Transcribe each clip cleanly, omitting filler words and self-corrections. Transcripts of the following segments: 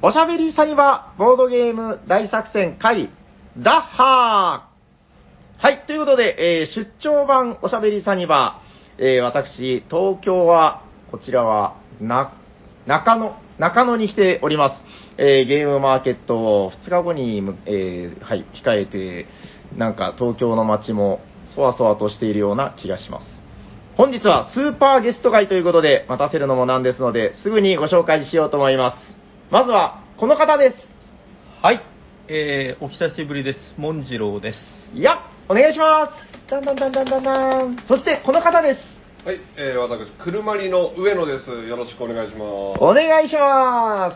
おしゃべりサニバボードゲーム大作戦会ダッハー。はい、ということで、出張版おしゃべりサニバ、私、東京は、こちらは、中野に来ております。ゲームマーケットを2日後に、はい、控えて、なんか東京の街もそわそわとしているような気がします。本日はスーパーゲスト会ということで、待たせるのもなんですので、すぐにご紹介しようと思います。まずは、この方です。 はい、お久しぶりです。モンジローです。 いや、お願いします。だんだんだんだんだんだん。そして、この方です。 はい、私、車りの上野です。よろしくお願いします。 お願いします。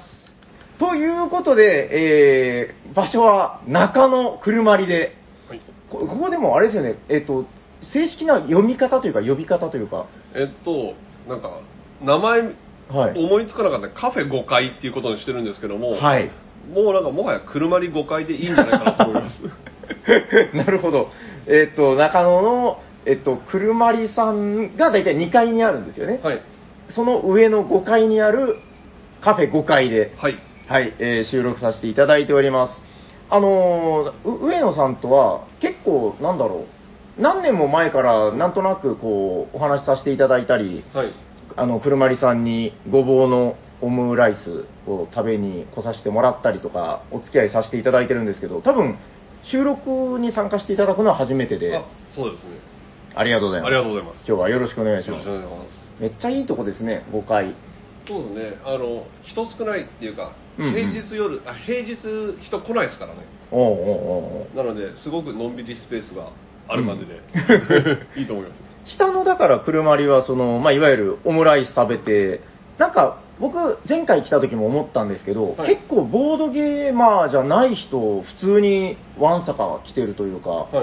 ということで、場所は中野車りで、はい、ここでもあれですよね、正式な読み方というか、呼び方というか。 なんか、名前、 はい、 思いつかなかったカフェ5階っていうことにしてるんですけども、 はい、 もうなんかもはや車り5階でいいんじゃないかなと思います。 なるほど。中野の、車りさんが大体2階にあるんですよね。 はい。 その上の5階にあるカフェ5階で、 はい。 はい、収録させていただいております。上野さんとは結構、なんだろう、何年も前からなんとなくこう、お話しさせていただいたり、 はい。 車りさんにごぼうのオムライスを食べに来させてもらったりとか、お付き合いさせていただいてるんですけど、多分、収録に参加していただくのは初めてで。 あ、そうですね。 ありがとうございます。 ありがとうございます。 今日はよろしくお願いします。 よろしくお願いします。 めっちゃいいとこですね、5階。 そうですね。人少ないっていうか、 うんうん、 平日人来ないですからね。なので、すごくのんびりスペースがある感じで、いいと思います。 下のだから車りはいわゆるオムライス食べて、なんか僕前回来た時も思ったんですけど、はい、結構ボードゲーマーじゃない人普通にわんさか来てるというか、はい、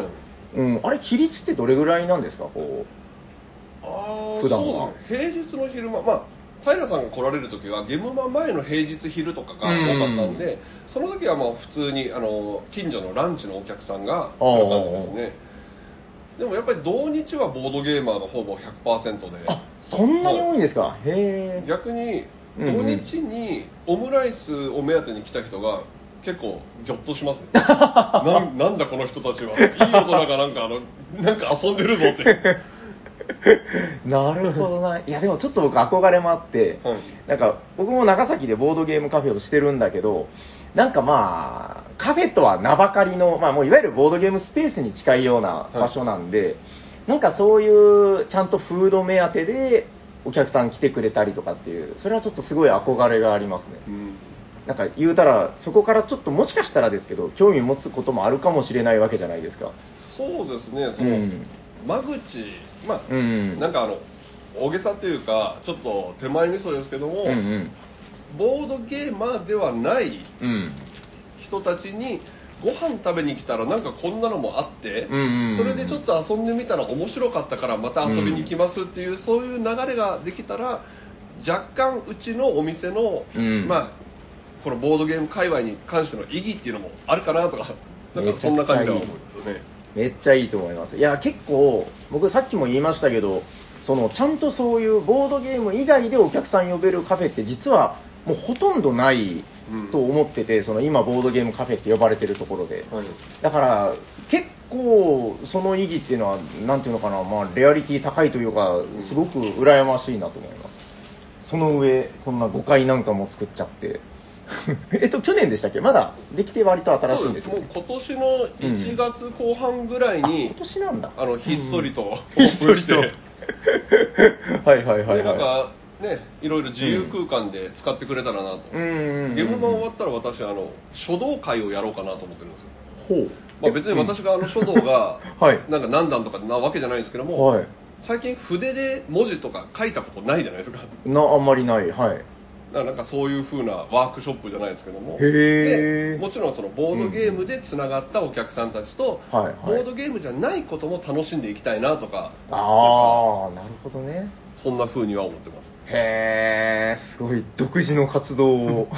うん、あれ比率ってどれぐらいなんですか、こう普段は。 そうですね、平日の昼間、平さんが来られる時はゲームマ前の平日昼とかが多かったんで、その時は普通に近所のランチのお客さんが来る感じですね。でもやっぱり同日はボードゲーマーがほぼ 100% で。 あ、そんなに多いんですか。へー。逆に土日にオムライスを目当てに来た人が結構ギョッとしますね。なんだこの人たちは。いい大人がなんか遊んでるぞって。 なるほどな。いやでもちょっと僕憧れもあって、はい、なんか僕も長崎でボードゲームカフェをしてるんだけど、なんかカフェとは名ばかりの、もういわゆるボードゲームスペースに近いような場所なんで、はい、なんかそういうちゃんとフード目当てでお客さん来てくれたりとかっていう、それはちょっとすごい憧れがありますね。なんか言うたら、そこからちょっともしかしたらですけど、興味持つこともあるかもしれないわけじゃないですか。 そうですね、間口、なんか大げさというか、ちょっと手前味噌ですけども、ボードゲーマーではない人たちにご飯食べに来たらなんかこんなのもあって、それでちょっと遊んでみたら面白かったからまた遊びに来ますっていう、そういう流れができたら、若干うちのお店の、このボードゲーム界隈に関しての意義っていうのもあるかなとか、なんかそんな感じでは思いますね。 めっちゃいいと思います。いや、結構、僕さっきも言いましたけど、ちゃんとそういうボードゲーム以外でお客さん呼べるカフェって実はもうほとんどないと思ってて、今ボードゲームカフェって呼ばれてるところで。はい、だから、結構その意義っていうのは、なんていうのかな、レアリティ高いというか、すごく羨ましいなと思います。その上、こんな5階なんかも作っちゃって。去年でしたっけ？まだできて割と新しいんですよ、ね。 もう今年の1月後半ぐらいに、 今年なんだ。 ひっそりと、 ひっそりと。はいはいはい、はい。 なんかね、いろいろ自由空間で使ってくれたらなと。ゲームマ終わったら私書道会をやろうかなと思ってるんですよ。ほう。別に私が書道がなんか何段とかなわけじゃないんですけども、はい、最近筆で文字とか書いたことないじゃないですか。 あんまりない。はい。 なんかそういう風なワークショップじゃないですけども、 でもちろんそのボードゲームでつながったお客さんたちと、ボードゲームじゃないことも楽しんでいきたいなとか、 ああ、なるほどね。 そんな風には思ってます。 へえ、すごい独自の活動を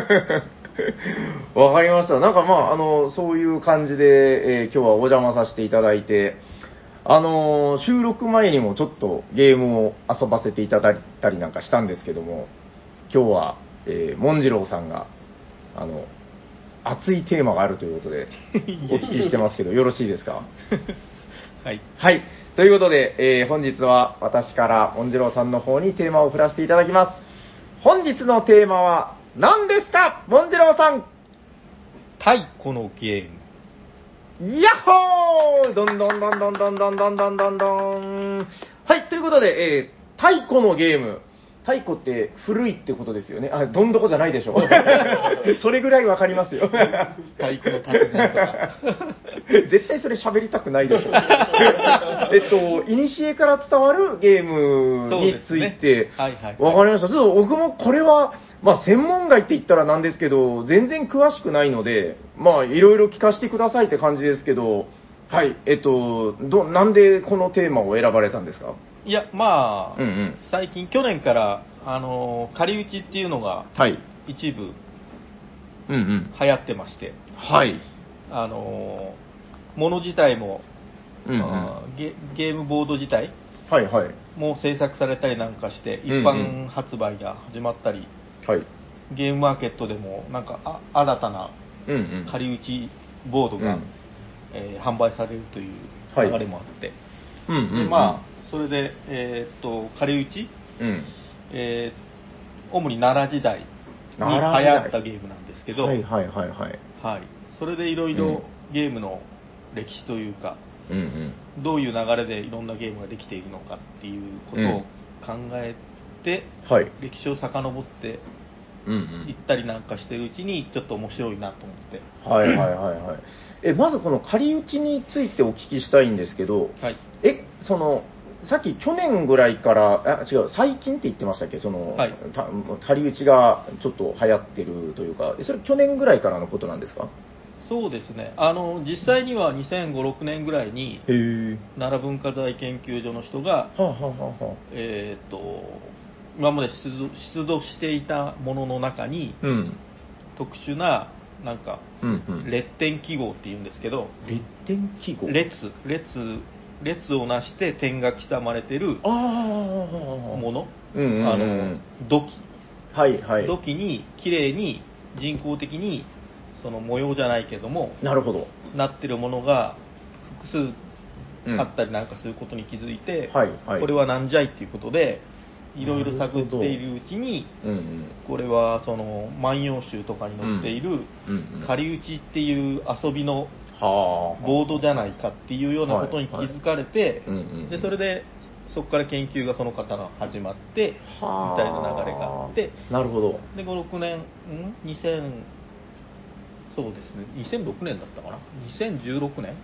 わかりました。なんかそういう感じで、今日はお邪魔させていただいて、収録前にもちょっとゲームを遊ばせていただいたりなんかしたんですけども、今日は、モンジローさんが熱いテーマがあるということで、お聞きしてますけど、よろしいですか？ はい。 はい。ということで、本日は私からモンジローさんの方にテーマを振らせていただきます。本日のテーマは何ですか、モンジローさん？ 太古のゲーム。 ヤッホー！どんどんどんどんどんどんどんどんどんどん。はい、ということで、太古のゲーム。太古って古いってことですよね。あ、どんどこじゃないでしょ。それぐらいわかりますよ。 太鼓の達人とか。 絶対それ喋りたくないでしょ。古から伝わるゲームについて、 はいはい。 わかりました。ちょっと僕もこれは、まあ専門外って言ったらなんですけど、全然詳しくないので、まあいろいろ聞かせてくださいって感じですけど、はい、なんでこのテーマを選ばれたんですか？ いや、まあ、最近、去年から、仮打ちっていうのが、一部、流行ってまして、 はい。 もの自体も、ゲームボード自体も制作されたりなんかして、一般発売が始まったり、ゲームマーケットでも、なんか、新たな仮打ちボードが、販売されるという流れもあって、で、まあ、それで、仮打ち、主に奈良時代に流行ったゲームなんですけど、それでいろいろゲームの歴史というか、どういう流れでいろんなゲームができているのかっていうことを考えて、歴史を遡って行ったりなんかしてるうちにちょっと面白いなと思って。 まずこの仮打ちについてお聞きしたいんですけど、さっき去年ぐらいから、最近って言ってましたっけ、仮打ちがちょっと流行ってるというか、それ去年ぐらいからのことなんですか？ そうですね、実際には2005、6年ぐらいに、奈良文化財研究所の人が、今まで出土していたものの中に、特殊な、なんか、列点記号っていうんですけど、 列点記号？ 列をなして点が刻まれてるもの、土器、土器にきれいに人工的にその模様じゃないけどもなってるものが複数あったりなんかすることに気づいて、これはなんじゃいっていうことでいろいろ探っているうちに、これはその万葉集とかに載っている仮打ちっていう遊びのボードじゃないかっていうようなことに気づかれて、でそれでそこから研究がその方が始まってみたいな流れがあって、 なるほど。 で5、6年そうですね、2006年だったかな、2016年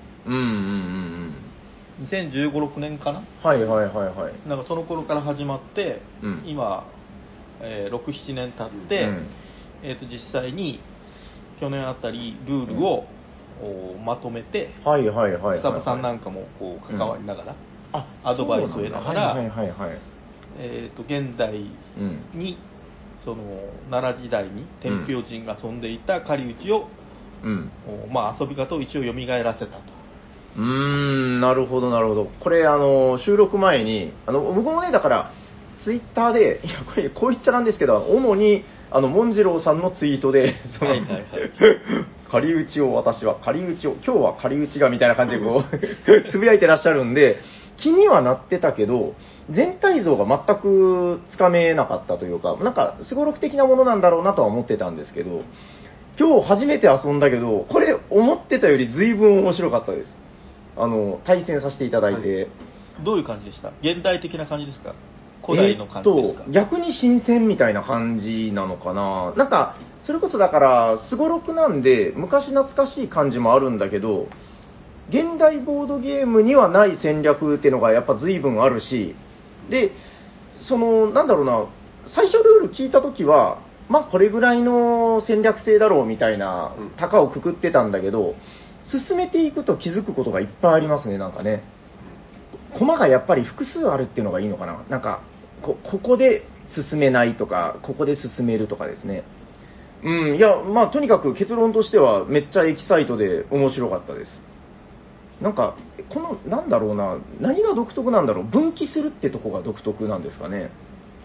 2015、6年かな、なんかその頃から始まって、今、6、7年経って、実際に去年あたりルールをまとめて、草場さんなんかもこう関わりながら、アドバイスを得ながら、現代にその奈良時代に天平人が遊んでいた仮打ちを、まあ、遊び方を一応蘇らせたと。 なるほどなるほど。これ収録前に僕もね、だからツイッターで、いやこれこう言っちゃなんですけど、主にモンジローさんのツイートで仮打ちを私は仮打ちを今日は仮打ちがみたいな感じでこうつぶやいてらっしゃるんで、気にはなってたけど全体像が全くつかめなかったというか、なんかすごろく的なものなんだろうなとは思ってたんですけど、今日初めて遊んだけど、これ思ってたより随分面白かったです。対戦させていただいて、 どういう感じでした？現代的な感じですか？古代の感じですか？ 逆に新鮮みたいな感じなのかな。なんかそれこそだからすごろくなんで昔懐かしい感じもあるんだけど、現代ボードゲームにはない戦略っていうのがやっぱ随分あるし、でなんだろうな、最初ルール聞いた時はまあこれぐらいの戦略性だろうみたいな高をくくってたんだけど、進めていくと気づくことがいっぱいありますね。なんかね、駒がやっぱり複数あるっていうのがいいのかな。なんかここで進めないとか、ここで進めるとかですね。いや、まあとにかく結論としてはめっちゃエキサイトで面白かったです。なんかなんだろうな、何が独特なんだろう、分岐するってとこが独特なんですかね。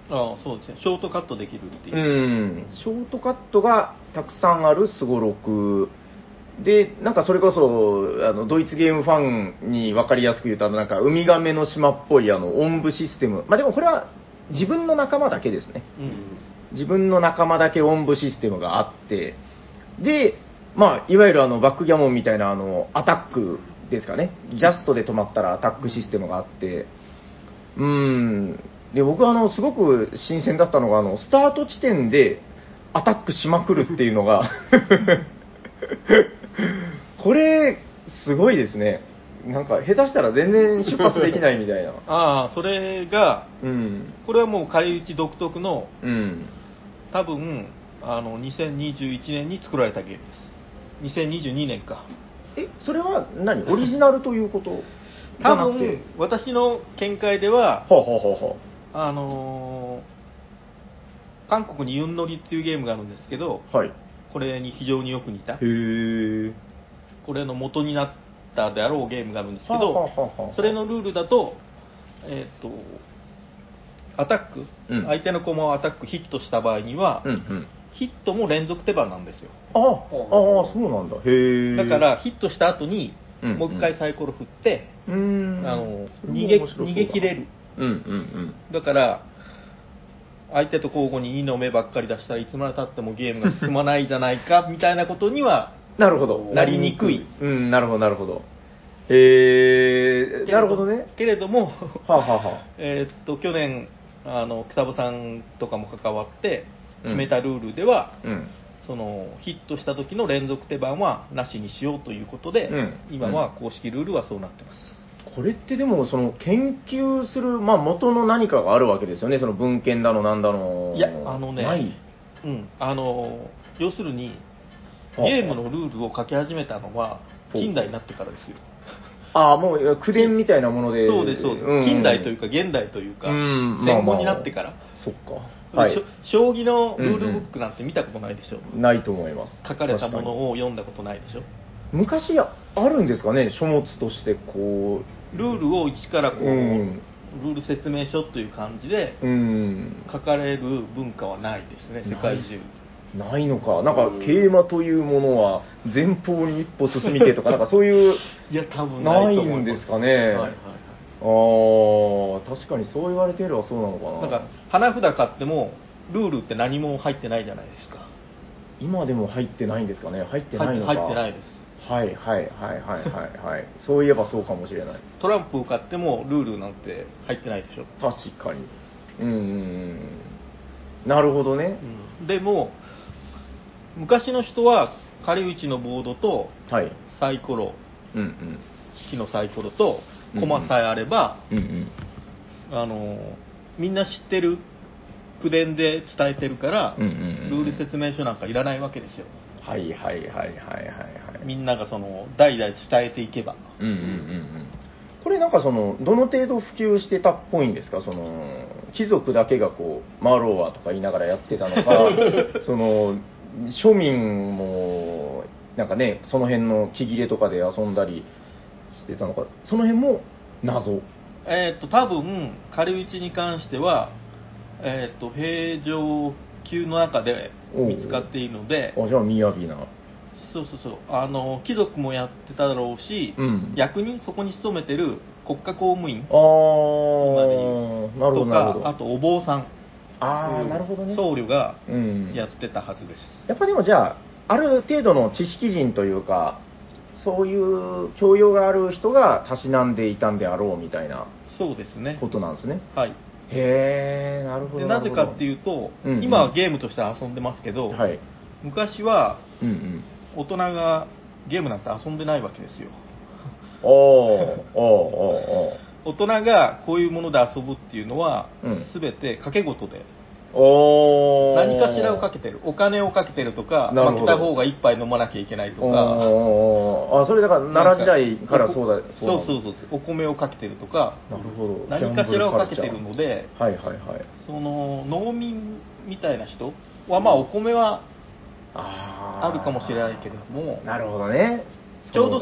ああ、そうですね。ショートカットできるっていう。 ショートカットがたくさんあるスゴロク。で、なんかそれこそ、ドイツゲームファンに分かりやすく言うと、なんかウミガメの島っぽいおんぶシステム。まあでもこれは自分の仲間だけですね。自分の仲間だけおんぶシステムがあって、で、まあ、いわゆるバックギャモンみたいなアタックですかね。ジャストで止まったらアタックシステムがあって、で、僕はすごく新鮮だったのが、スタート地点でアタックしまくるっていうのがこれ、すごいですね。なんか、下手したら全然出発できないみたいな。 ああ、それが、これはもう仮打ち独特の、多分、2021年に作られたゲームです。2022年か。 それは何オリジナルということ多分、私の見解では、韓国にユンノリっていうゲームがあるんですけど、 はい、 これに非常によく似た。 へー。 これの元になったであろうゲームがあるんですけど、それのルールだと、アタック、相手の駒をアタックヒットした場合には、ヒットも連続手番なんですよ。 そうなんだ。へー。 だからヒットした後に、もう一回サイコロ振って、逃げ切れる。だから相手と交互に2の目ばっかり出したらいつまでたってもゲームが進まないじゃないかみたいなことにはなるほど、 なりにくい。 なるほどなるほど。なるほどね。 けれども去年草場さんとかも関わって決めたルールでは、そのヒットした時の連続手番はなしにしようということで、今は公式ルールはそうなってます。 これってでもその研究する、元の何かがあるわけですよね。その文献だのなんだの。 いやない。要するにゲームのルールを書き始めたのは近代になってからですよ。 もう口伝みたいなもので。 そうですそうです。近代というか現代というか、戦後になってから。 そっか。 将棋のルールブックなんて見たことないでしょ。 ないと思います。 書かれたものを読んだことないでしょ。 昔あるんですかね、書物としてこうルールを一からこう、ルール説明書という感じで書かれる文化はないですね、世界中。 ないのか。なんか桂馬というものは前方に一歩進みてとか、なんかそういういや多分ないんですかね。確かにそう言われていればそうなのかな。 なんか花札買ってもルールって何も入ってないじゃないですか。 今でも入ってないんですかね。入ってないのか。 入ってないです。 そういえばそうかもしれない。 トランプを買ってもルールなんて入ってないでしょ。 確かに。なるほどね。 でも昔の人は仮打ちのボードとサイコロ、木のサイコロと駒さえあれば、みんな知ってる口伝で伝えてるから、ルール説明書なんかいらないわけですよ。みんながその代々伝えていけば。 これなんかどの程度普及してたっぽいんですか。貴族だけがこうマローワとか言いながらやってたのか庶民もなんかね、その辺の木切れとかで遊んだりしてたのか、その辺も謎。 多分仮打ちに関しては平城宮の中で見つかっているので、 じゃあ雅な。 そう貴族もやってただろうし、役人、そこに勤めてる国家公務員とか、あとお坊さん、 なるほどね、 僧侶がやってたはずです。 やっぱでもじゃある程度の知識人というか、そういう教養がある人がたしなんでいたんであろうみたいなことなんですね。 はい。 へえ、なるほど。 でなぜかっていうと、今はゲームとして遊んでますけど、昔は大人がゲームなんて遊んでないわけですよ。大人がこういうもので遊ぶっていうのは、全て賭け事で、何かしらをかけてる、お金をかけてるとか、負けた方が一杯飲まなきゃいけないとか、 それだから奈良時代からそうだ。 そうお米をかけてるとか、何かしらをかけてるので、その農民みたいな人はお米はあるかもしれないけれども、 なるほどね。 ちょうど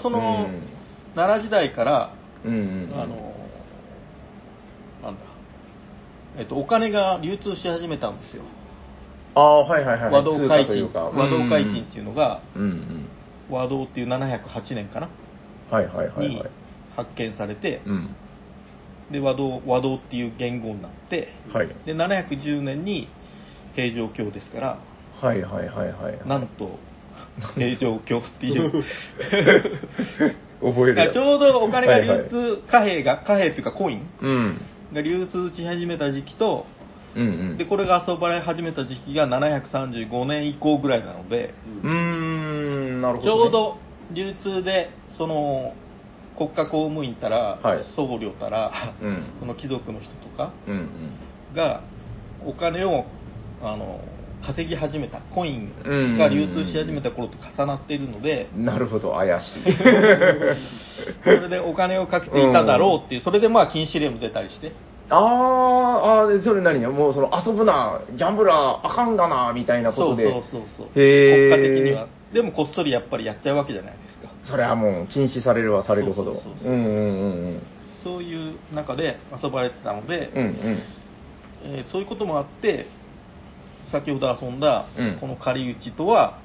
奈良時代から、なんだお金が流通し始めたんですよ。 はいはいはい。 和道開珍っていうのが、和道っていう708年かな、 はいはいはい、 に発見されて、で和道っていう言語になって、で710年に平城京ですから、なんと平城京っていう覚えるやつ。 ちょうどお金が流通、貨幣っていうかコインが流通し始めた時期と、でこれが遊ばれ始めた時期が735年以降ぐらいなので、 なるほどね、 ちょうど流通でその国家公務員たら、僧侶たら、その貴族の人とかがお金を稼ぎ始めた、コインが流通し始めた頃と重なっているので、 なるほど、怪しいそれでお金をかけていただろうっていう、それでまあ禁止令も出たりして、 それ何ね、もうその遊ぶな、ギャンブラーあかんがなみたいなことで、 そう国家的には。でもこっそりやっぱりやっちゃうわけじゃないですか。 それはもう禁止されるはされるほど、 そういう中で遊ばれてたので、そういうこともあって、先ほど遊んだこの狩り打ちとは、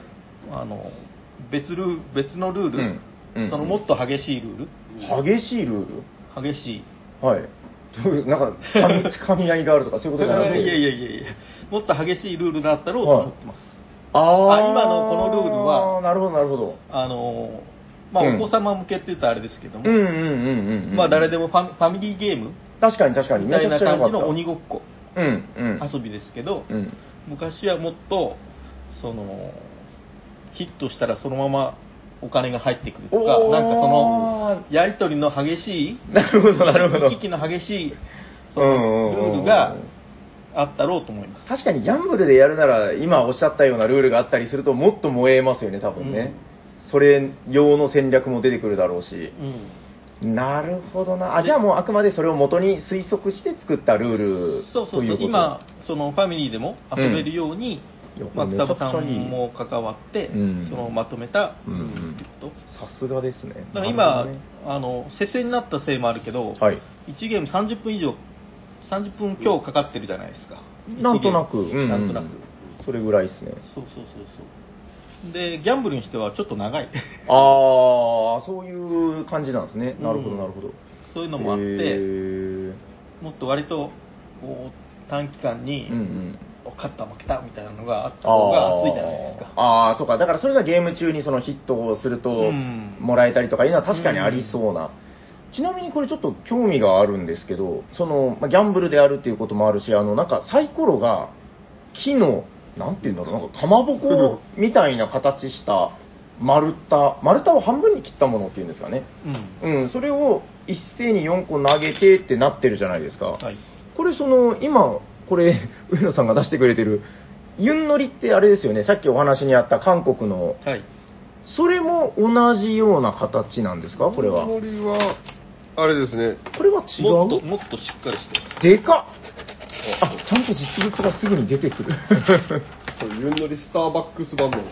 別のルール、そのもっと激しいルール、 激しいルール、 激しい、 なんかつかみ合いがあるとかそういうことじゃなくて、 いやもっと激しいルールだったろうと思ってます。今のこのルールは、 なるほどなるほど、 お子様向けって言ったらあれですけども、誰でもファミリーゲーム確かにみたいな感じの鬼ごっこ遊びですけど、昔はもっとそのヒットしたらそのままお金が入ってくるとか、なんかそのやり取りの激しい、行き来の激しいそのルールがあったろうと思います。 確かにギャンブルでやるなら今おっしゃったようなルールがあったりするともっと燃えますよね、多分ね、それ用の戦略も出てくるだろうし、なるほどな。じゃあもうあくまでそれを元に推測して作ったルールということ。 今そのファミリーでも遊べるように、草場さんも関わって、そのまとめたルールってこと。 さすがですね。 だから今、接戦になったせいもあるけど、1ゲーム30分強かかってるじゃないですか。 なんとなく、それぐらいですね。 そうでギャンブルにしてはちょっと長い。 そういう感じなんですね。なるほどなるほど。 そういうのもあって、もっと割とこう短期間に、勝った負けたみたいなのがあった方が熱いじゃないですか。 そうか。だからそれがゲーム中にそのヒットをするともらえたりとかいうのは確かにありそうな。ちなみにこれちょっと興味があるんですけど、そのギャンブルであるっていうこともあるし、なんかサイコロが木のなんていうんだろう、なんかかまぼこみたいな形した丸太を半分に切ったものっていうんですかね。それを一斉に4個投げてってなってるじゃないですか。これ今これ上野さんが出してくれてるユンノリってあれですよね。さっきお話にあった韓国の、それも同じような形なんですか、これは。 ユンノリはあれですね。 これは違う。 もっとしっかりしてでかっ。ちゃんと実物がすぐに出てくる。 ユンノリスターバックス版の。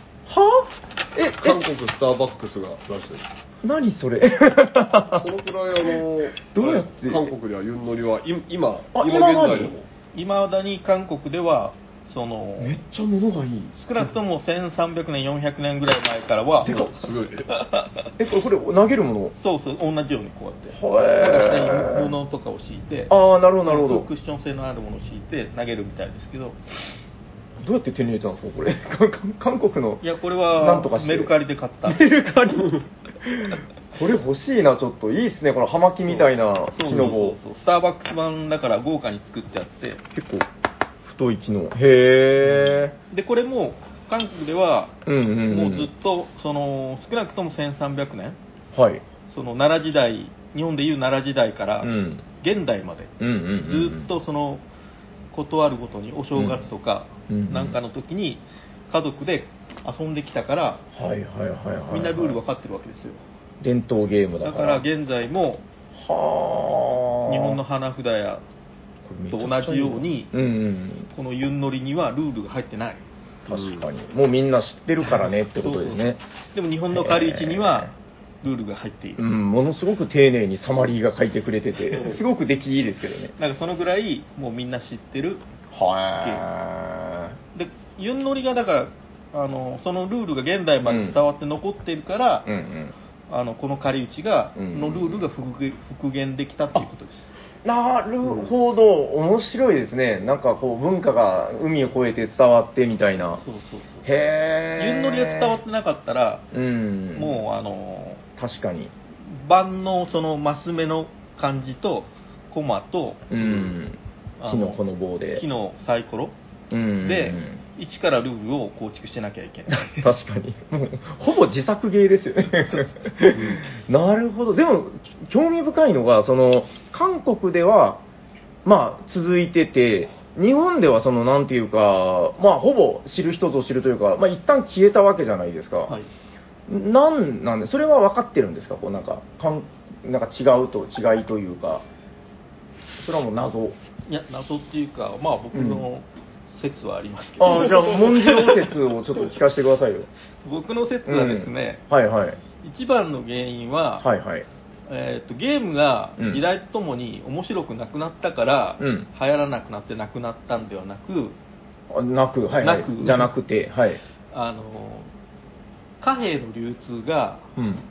韓国スターバックスが出してる。 何それ。 そのくらいどうやって韓国ではユンノリは今現在でもいまだに韓国ではめっちゃ物がいい。 少なくとも1300年400年ぐらい前からはすごいこれ投げるもの。 そう同じようにこうやって布とかを敷いて、 なるほどクッション性のあるものを敷いて投げるみたいですけど、 どうやって手に入れたんですかこれ。韓国の。 いやこれはメルカリで買った。 メルカリ。これ欲しいな、ちょっといいっすね、この葉巻みたいな木の棒。 スターバックス版だから豪華に作ってあって、 結構太い木の。へー。 でこれも韓国ではもうずっと少なくとも1300年、その奈良時代、日本でいう奈良時代から現代までずっと事あるごとにお正月とかなんかの時に家族で遊んできたから、みんなルール分かってるわけですよ。 伝統ゲームだから。 だから現在も日本の花札やと同じように、このユンノリにはルールが入ってない。 確かにもうみんな知ってるからねってことですね。 でも日本の狩り市にはルールが入っている。 ものすごく丁寧にサマリーが書いてくれてて、すごく出来いいですけどね。 なんかそのぐらい、もうみんな知ってるゲーム。で、ユンノリがだから、そのルールが現代まで伝わって残っているから、この仮打ちのルールが復元できたっていうことです。 なるほど、面白いですね。なんかこう文化が海を越えて伝わってみたいな。 そう。 へユンノリが伝わってなかったら、もう確かに。 盤のそのマス目の感じとコマと、 木のこの棒で。 木のサイコロで、一からルールを構築してなきゃいけない。 確かに。もう、ほぼ自作ゲーですよね。なるほど。でも、興味深いのが、韓国では、まあ、続いてて、日本ではなんていうか、まあ、ほぼ知る人ぞ知るというか、まあ、一旦消えたわけじゃないですか。はい。なんで、それは分かってるんですか？こう、なんか違いというか、それはもう謎。 いや、謎っていうか、まあ、僕の、説はありますけど。 じゃあ、モンジロー説をちょっと聞かせてくださいよ。 僕の説はですね、一番の原因は、ゲームが時代とともに面白くなくなったから、流行らなくなってなくなったんではなく、 じゃなくて、 貨幣の流通が、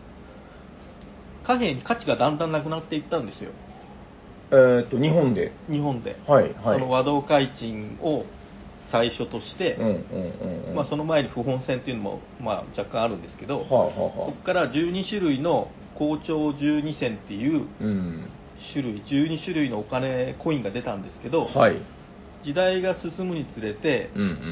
貨幣に価値がだんだんなくなっていったんですよ。 日本で。 その和同開鎮を最初として、まあ、その前に不本線っていうのも、まあ、若干あるんですけど、そこから12種類の校長12銭っていう12種類のお金コインが出たんですけど、時代が進むにつれて、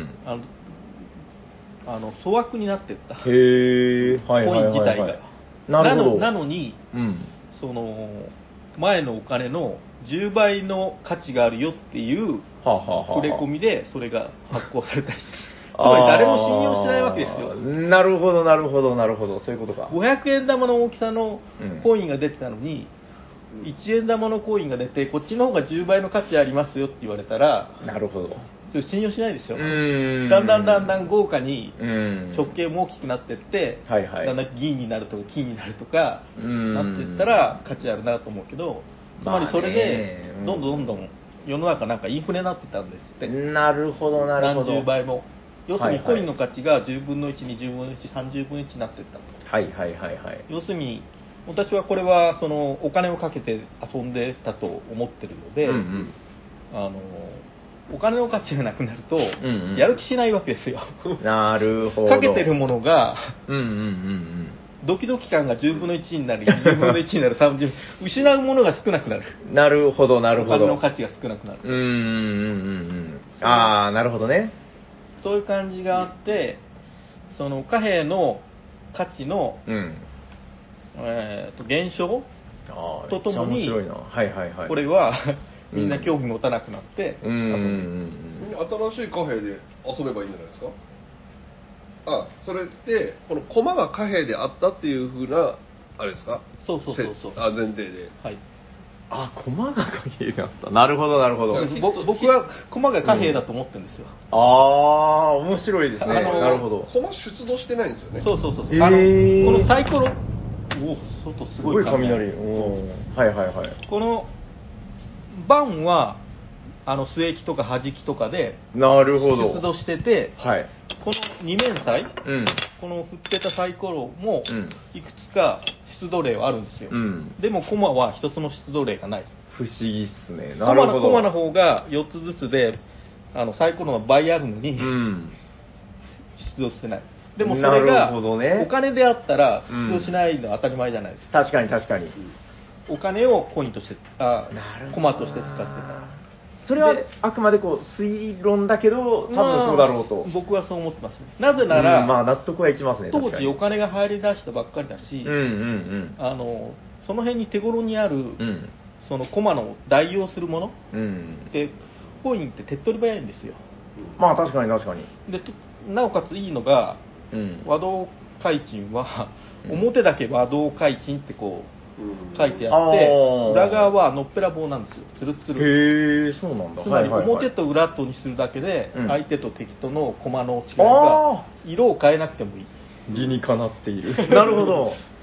粗悪になっていった、コイン自体が。なのに、その前のお金の10倍の価値があるよっていう触れ込みでそれが発行されたりして、つまり誰も信用しないわけですよ。 なるほど、そういうことか。 500円玉の大きさのコインが出てたのに、1円玉のコインが出て、こっちの方が10倍の価値ありますよって言われたら、 なるほど。 それ信用しないですよ。だんだん豪華に直径も大きくなっていって、だんだん銀になるとか金になるとかなっていったら価値あるなと思うけど、つまりそれでどんどん世の中なんかインフレになってたんですって。 なるほど。 何十倍も。要するにコインの価値が10分の1、20分の1、30分の1になっていったと。要するに私はこれはそのお金をかけて遊んでたと思ってるので、お金の価値がなくなると、やる気しないわけですよ。 なるほど。 かけてるものが、ドキドキ感が10分の1になる、20分の1になる、30分、失うものが少なくなる。 なるほど。お金の価値が少なくなる。 なるほどね。 そういう感じがあって、その貨幣の価値の、減少とともに、これは、みんな興味持たなくなって、 新しい貨幣で遊べばいいんじゃないですか。それってこの駒が貨幣であったっていう風なあれですか。 そう前提で。 駒が貨幣であった。なるほど。 僕は駒が貨幣だと思ってるんですよ。 面白いですね。なるほど。 駒出土してないんですよね。 そう。このサイコロ、外すごい雷。 この盤は末木とか弾きとかで出土してて、この二面祭、この振ってたサイコロもいくつか出土例はあるんですよ。でもコマは一つの出土例がない。 不思議っすね。 なるほど。コマの方が4つずつでサイコロの倍あるのに、出土してない。でもそれがお金であったら出土しないのは当たり前じゃないですか。 確かに。 お金をコインとしてコマとして使ってた。 それはあくまで推論だけど多分そうだろうと、 僕はそう思ってますね。なぜなら、 納得はいきますね。 当時お金が入り出したばっかりだし、その辺に手頃にある、そのコマの代用するもの、でコインって手っ取り早いんですよ。 確かに。 でなおかついいのが、和同開鎮は表だけ和同開鎮って書いてあって、裏側はのっぺら棒なんですよ。ツルツル。 へー、そうなんだ。 つまり表と裏とにするだけで、相手と敵との駒の違いが色を変えなくてもいい。 理にかなっている。なるほど。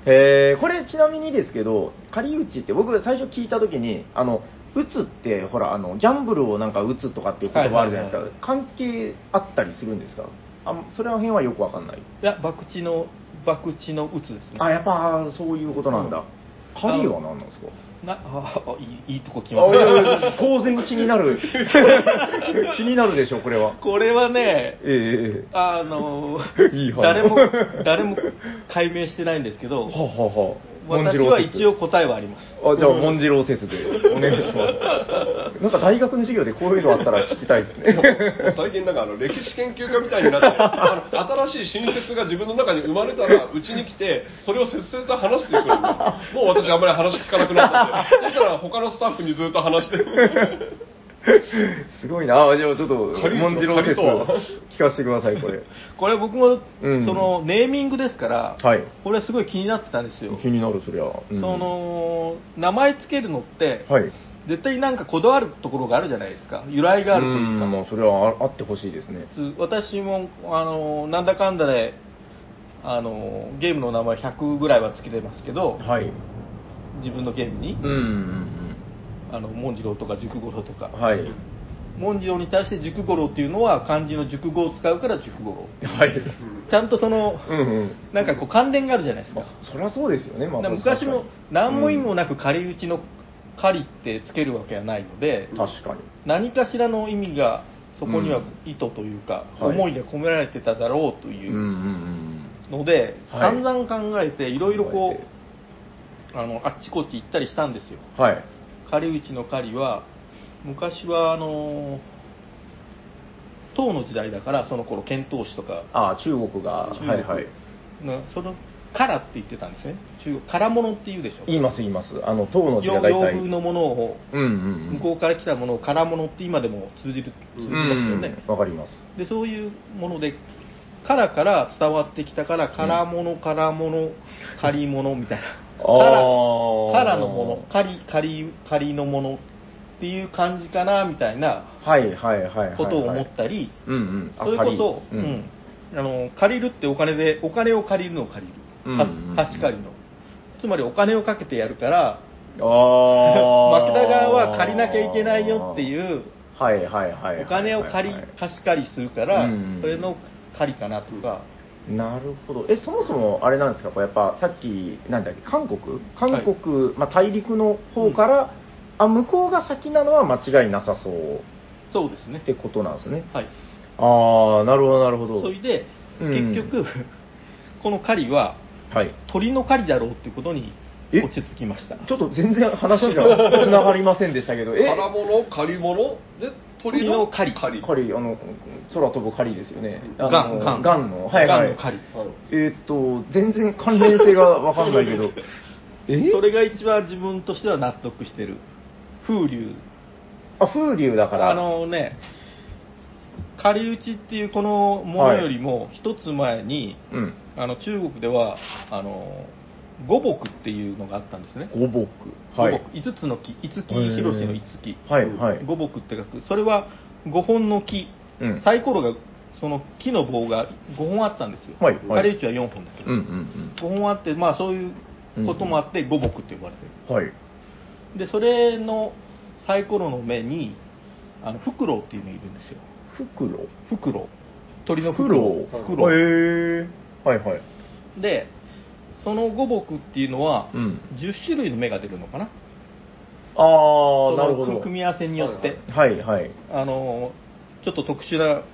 これちなみにですけど、狩り打ちって僕最初聞いたときに、打つって、ほら、ギャンブルをなんか打つとかっていう言葉あるじゃないですか。関係あったりするんですか？それら辺はよくわかんない。 いや、博打の打つですね。 やっぱそういうことなんだ。狩りは何なんですか？ いいとこ来ましたね。 当然気になる。気になるでしょ、これは。 これはね、 いい誰も解明してないんですけど、私は一応答えはあります。 じゃあ、モンジロー説でお願いします。なんか大学の授業でこういうのあったら聞きたいですね。 最近なんか歴史研究家みたいになって新しい新説が自分の中に生まれたらうちに来てそれを切々と話してくるんだ。もう私あんまり話聞かなくなったんで、そしたら他のスタッフにずっと話してる。 すごいな。じゃあちょっとモンジロー説聞かせてください。 これ僕も、そのネーミングですから、はい、これはすごい気になってたんですよ。 気になる。そりゃ、 その名前つけるのって、はい、絶対なんかこだわるところがあるじゃないですか。由来があるというか。 それはあってほしいですね。 私もなんだかんだでゲームの名前100ぐらいはつけてますけど、はい、自分のゲームに。モンジローとか熟五郎とか、はい、モンジローに対して熟五郎っていうのは漢字の熟語を使うから熟五郎、はい、ちゃんとその、なんかこう関連があるじゃないですか。 そりゃそうですよね。 昔も何も意味もなく狩り打ちの狩りってつけるわけはないので、 確かに何かしらの意味がそこには意図というか、思いが込められてただろうというので、散々考えていろいろこうあっちこっち行ったりしたんですよ。はい。狩り打ちの狩りは昔は唐の時代だから、その頃遣唐使とか中国がその唐って言ってたんですね。唐物って言うでしょ。 言います唐の字が大体洋風のものを、向こうから来たものを唐物って今でも通じますよね。 わかります。 でそういうもので唐から伝わってきたから唐物狩り物みたいなからのもの、仮のものっていう感じかなみたいなことを思ったり、それこそ、借りるってお金を借りるのを借りる、貸し借りの、つまりお金をかけてやるから、負けた側は借りなきゃいけないよっていう、お金を貸し借りするから、それの借りかなとか。 なるほど。そもそもあれなんですか、やっぱさっきなんだっけ、韓国、大陸の方から、向こうが先なのは間違いなさそう。 そうですね。 ってことなんですね。 はい。 なるほど。 それで結局、この狩りは、鳥の狩りだろうっていうことに落ち着きました。 ちょっと全然話がつながりませんでしたけど、 空物、借り物で鳥の狩り。 空飛ぶ狩りですよね。 ガンの狩り。全然関連性が分かんないけど。 それが一番自分としては納得してる。風流。 風流だから。 狩り打ちっていうこのものよりも一つ前に、中国では五木っていうのがあったんですね。 五木。 5つの木、五木ひろしの五木。五木って書く。それは5本の木。サイコロがその木の棒が5本あったんですよ。狩り打ちは4本だけど。5本あって、そういうこともあって五木って呼ばれてる。でそれのサイコロの目にフクロウっていうのがいるんですよ。 フクロウ。 鳥のフクロウ。でその五木っていうのは、10種類の芽が出るのかな。 なるほど。 組み合わせによって、ちょっと特殊な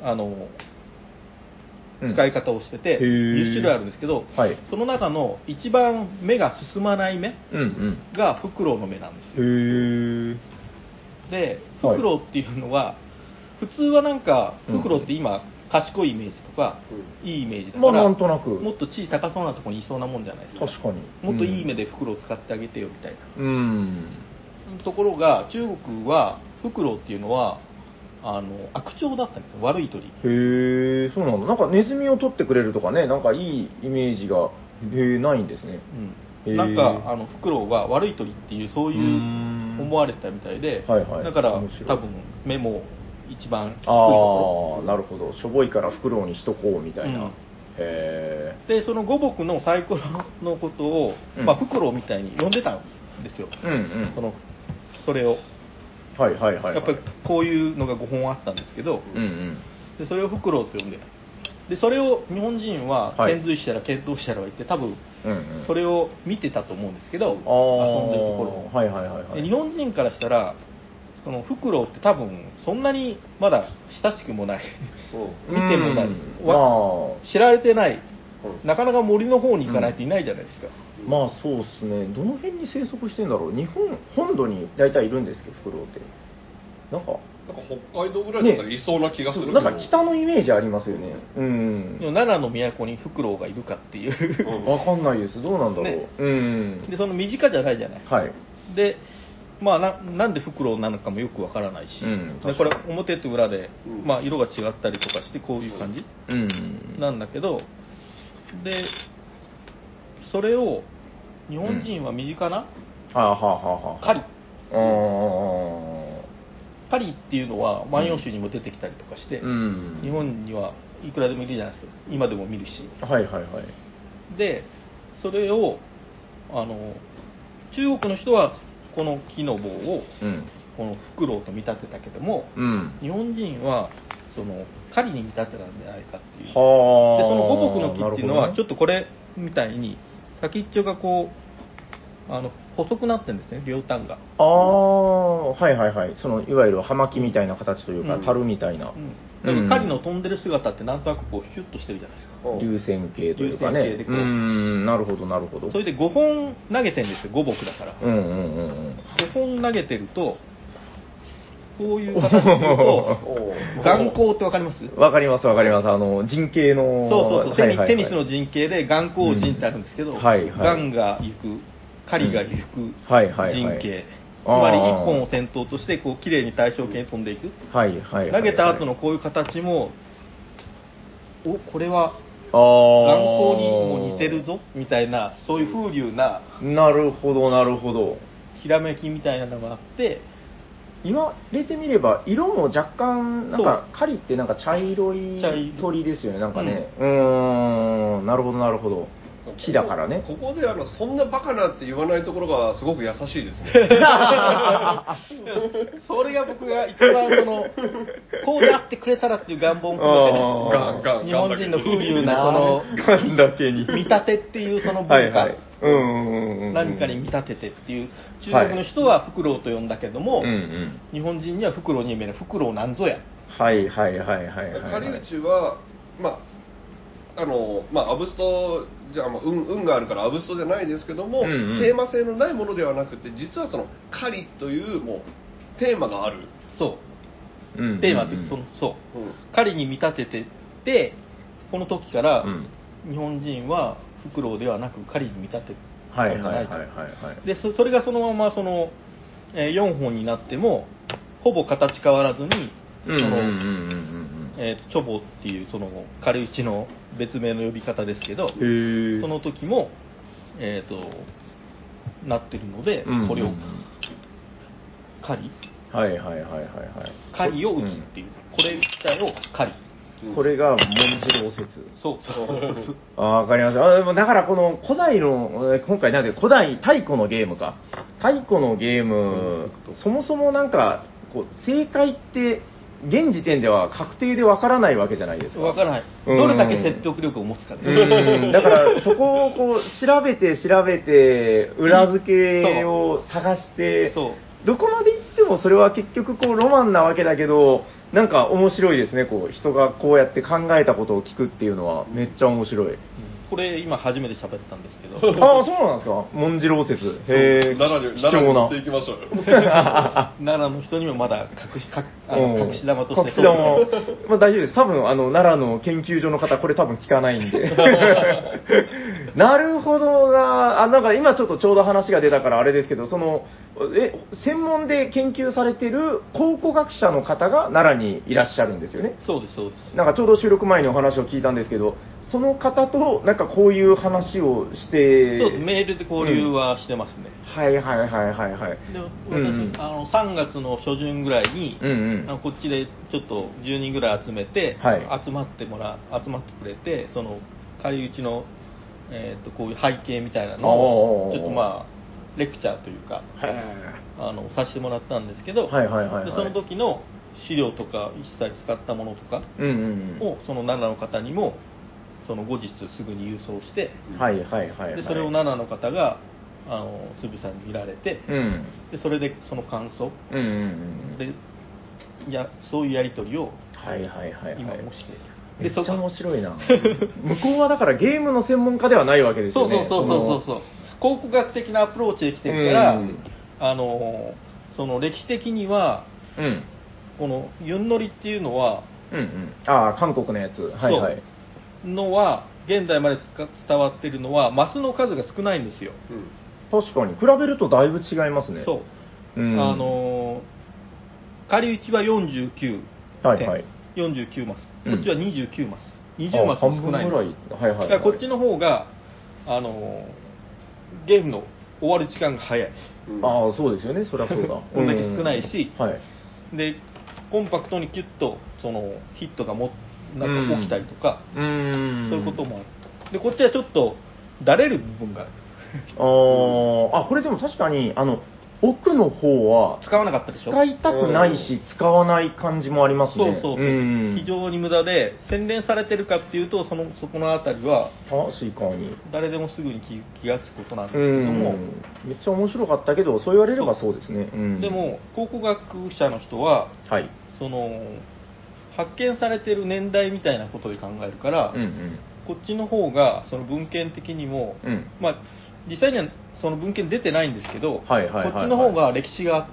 使い方をしてて、10種類あるんですけど、その中の一番芽が進まない芽がフクロウの芽なんですよ。でフクロウっていうのは、普通はなんかフクロウって今賢いイメージとか、いいイメージだから、 なんとなくもっと地位高そうなところにいそうなもんじゃないですか。 確かに。 もっといい目でフクロウを使ってあげてよみたいな。ところが中国はフクロウっていうのは悪鳥だったんですよ。悪い鳥。 そうなんだ。なんかネズミを取ってくれるとかね、なんかいいイメージがないんですね。 なんかフクロウが悪い鳥っていう、そういう思われたみたいで、だから多分目も一番低いところ。 なるほど。しょぼいからフクロウにしとこうみたいな。 でその五木のサイコロのことを、フクロウみたいに呼んでたんですよ、それを。やっぱりこういうのが5本あったんですけど、でそれをフクロウと呼んでた。でそれを日本人は遣隋使やら遣唐使やらは言って多分それを見てたと思うんですけど、遊んでるところを、日本人からしたらそのフクロウって多分そんなにまだ親しくもない見てもない、知られてない、なかなか森の方に行かないといないじゃないですか。 まあそうですね。どの辺に生息してんだろう。日本本土に大体いるんですけど、フクロウってなんか北海道ぐらいだったらいそうな気がするけど、 なんか北のイメージありますよね。 でも奈良の都にフクロウがいるかっていう分かんないです。どうなんだろう、 でその身近じゃないじゃない、でまあなんでフクロウなのかもよくわからないし、でこれ表と裏で、色が違ったりとかしてこういう感じ、なんだけど、でそれを日本人は身近な狩り、狩りっていうのは万葉集にも出てきたりとかして、日本にはいくらでもいるじゃないですか。今でも見るし、でそれを中国の人はこの木の棒を、このフクロウと見立てたけども、日本人はその狩りに見立てたんじゃないかっていう。でその五木の木っていうのはちょっとこれみたいに先っちょがこう細くなってるんですね、両端が。 そのいわゆる葉巻みたいな形というか、樽みたいな。 だから狩りの飛んでる姿ってなんとなくこうヒュッとしてるじゃないですか。 流線形というかね。なるほどなるほど。 それで5本投げてるんですよ、五木だから。5本投げてるとこういう形で言うと眼光ってわかります？ わかりますわかります。陣形のテニスの陣形で眼光陣ってあるんですけど、眼が行く、狩りが行く陣形、つまり1本を先頭としてこう綺麗に対称形に飛んでいく。投げた後のこういう形もこれは眼光にも似てるぞみたいな、そういう風流な、 なるほどなるほど、 ひらめきみたいなのがあって、 言われてみれば色も若干なんか狩りってなんか茶色い鳥ですよね、なんかね。なるほどなるほど。木だからね。 ここでそんなバカなって言わないところがすごく優しいですね。 それが僕が一番こうであってくれたらっていう願望を込めてね、日本人の風流なその見立てっていうその文化、何かに見立ててっていう、中国の人はフクロウと呼んだけども、日本人にはフクロウに見えない、フクロウなんぞや。 狩内はアブストじゃ運があるからアブストじゃないですけども、テーマ性のないものではなくて、実はその狩りというもうテーマがある。 そう、テーマって狩りに見立ててて、この時から日本人はフクロウではなく狩りに見立てたんじゃないか。でそれがそのまま4本になってもほぼ形変わらずに、チョボっていうその狩内の別名の呼び方ですけど、その時もなってるので、これを狩り、狩りを打つっていう、これ自体を狩り。 これが文次郎説。わかります。だからこの古代の今回なんで古代太古のゲームか。太古のゲーム、そもそもなんかこう正解って現時点では確定でわからないわけじゃないですか。 わからない。どれだけ説得力を持つかね。 だからそこをこう調べて裏付けを探して、どこまで行ってもそれは結局こうロマンなわけだけど、なんか面白いですね。こう人がこうやって考えたことを聞くっていうのはめっちゃ面白い。 これ今初めて喋ったんですけど。 ああ、そうなんですか。文次郎説。 へえ。奈良に持っていきましょうよ。 奈良の人にもまだ隠し玉として。 隠し玉。まあ大丈夫です。多分奈良の研究所の方これ多分聞かないんで。なるほどな。なんか今ちょうど話が出たからあれですけど、専門で研究されてる考古学者の方が奈良にいらっしゃるんですよね。 そうですそうです。 なんかちょうど収録前にお話を聞いたんですけど、その方となんかこういう話をして、 そうです、メールで交流はしてますね。 で私、 3月の初旬ぐらいに、こっちでちょっと10人ぐらい集めて、集まってくれて、 仮打ちの、こういう背景みたいなのをちょっとまあレクチャーというかさせてもらったんですけど、でその時の資料とか一切使ったものとかをその7の方にもその後日すぐに郵送して、でそれを7の方がつぶさんに見られて、でそれでその感想、でそういうやり取りを今もして。 めっちゃ面白いな向こうはだからゲームの専門家ではないわけですよね。 そう考古学的なアプローチで来てるから、その歴史的には、このユンノリっていうのは、 韓国のやつ、 のは現代まで伝わってるのはマスの数が少ないんですよ。 確かに比べるとだいぶ違いますね。 そう、仮打ちは49点、49マス、こっちは29マス、20マスも少ないんです。だからこっちの方がゲームの終わる時間が早い。 そうですよね、そりゃそうだ。 こんだけ少ないし、でコンパクトにキュッとそのヒットがなんか起きたりとか、そういうこともある。でこっちはちょっとだれる部分がある。 これでも確かに奥の方は使わなかったでしょ。 使いたくないし使わない感じもありますね。 非常に無駄で洗練されてるかっていうとそこのあたりは確かに誰でもすぐに気がつくことなんですけども、 めっちゃ面白かったけどそう言われればそうですね。 でも考古学者の人は、その発見されてる年代みたいなことで考えるから、こっちの方がその文献的にも、まあ実際にはその文献出てないんですけど、こっちの方が歴史があって、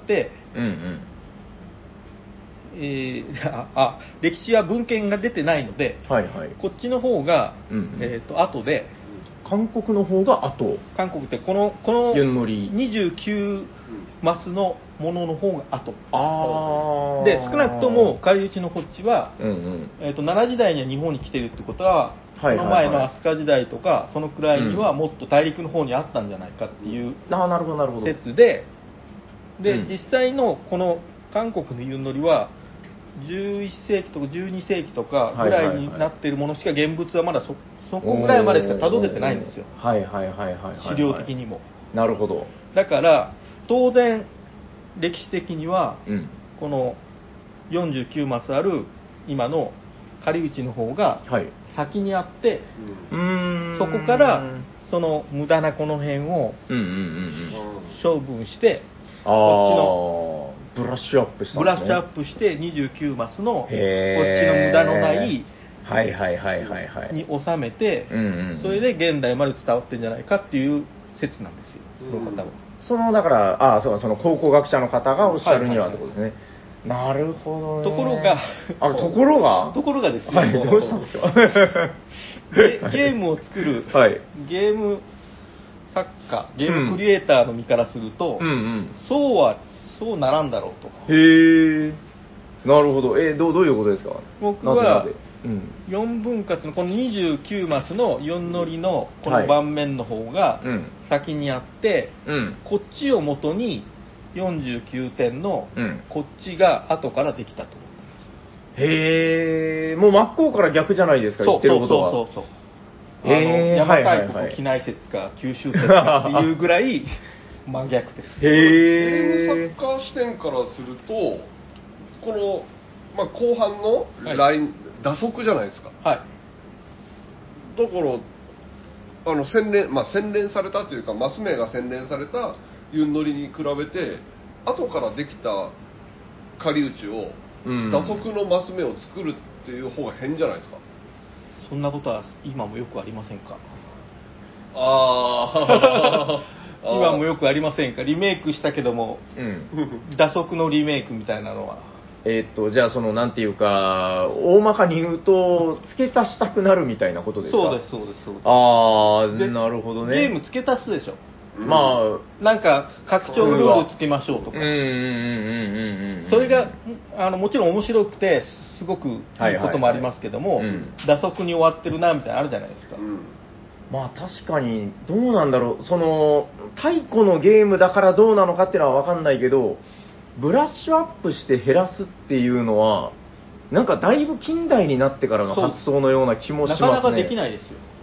歴史は文献が出てないので、こっちの方が、後で、 韓国の方が後。 韓国ってこの29マスのものの方が後。で少なくとも仮打ちのこっちは、奈良時代には日本に来てるってことは、その前の飛鳥時代とかそのくらいにはもっと大陸の方にあったんじゃないかっていう説で、実際のこの韓国のユンノリは11世紀とか12世紀とかぐらいになっているものしか現物はまだそこぐらいまでしかたどれてないんですよ、資料的にも。 なるほど。 だから当然歴史的には、この49マスある今の仮打ちの方が先にあって、そこからその無駄なこの辺を処分して、こっちのブラッシュアップしたんですね。 ブラッシュアップして29マスのこっちの無駄のないに収めて、それで現代まで伝わってるんじゃないかっていう説なんですよ、その方は。 だからその考古学者の方がおっしゃるにはってことですね。なるほどね。 ところがところがですよ、 どうしたんですかゲームを作る、ゲーム作家、ゲームクリエイターの身からすると、そうならんだろうと。 なるほど。どういうことですか。 僕は4分割のこの29マスの4乗りのこの盤面の方が先にあって、こっちを元に49点のこっちが後からできたと。 もう真っ向から逆じゃないですか、言ってることは。 そう邪馬台国畿内説か九州説かっていうぐらい真逆です。 ゲーム作家視点からするとこの、後半のライン、打足じゃないですか。だから洗練されたというかマス目が洗練されたユンノリに比べて後からできた仮打ちを、打足のマス目を作るっていう方が変じゃないですか。 そんなことは今もよくありませんか。今もよくありませんか。リメイクしたけども、打足のリメイクみたいなのは。 じゃあなんていうか大まかに言うと付け足したくなるみたいなことですか。 そうです。 なるほどね。 ゲーム付け足すでしょ。なんか拡張ルールつけましょうとか、それがもちろん面白くてすごくいいこともありますけども、打足に終わってるなみたいなのあるじゃないですか。 確かにどうなんだろう。太古のゲームだからどうなのかっていうのは分かんないけど、ブラッシュアップして減らすっていうのはなんかだいぶ近代になってからの発想のような気もしますね。 なかなかできないですよ。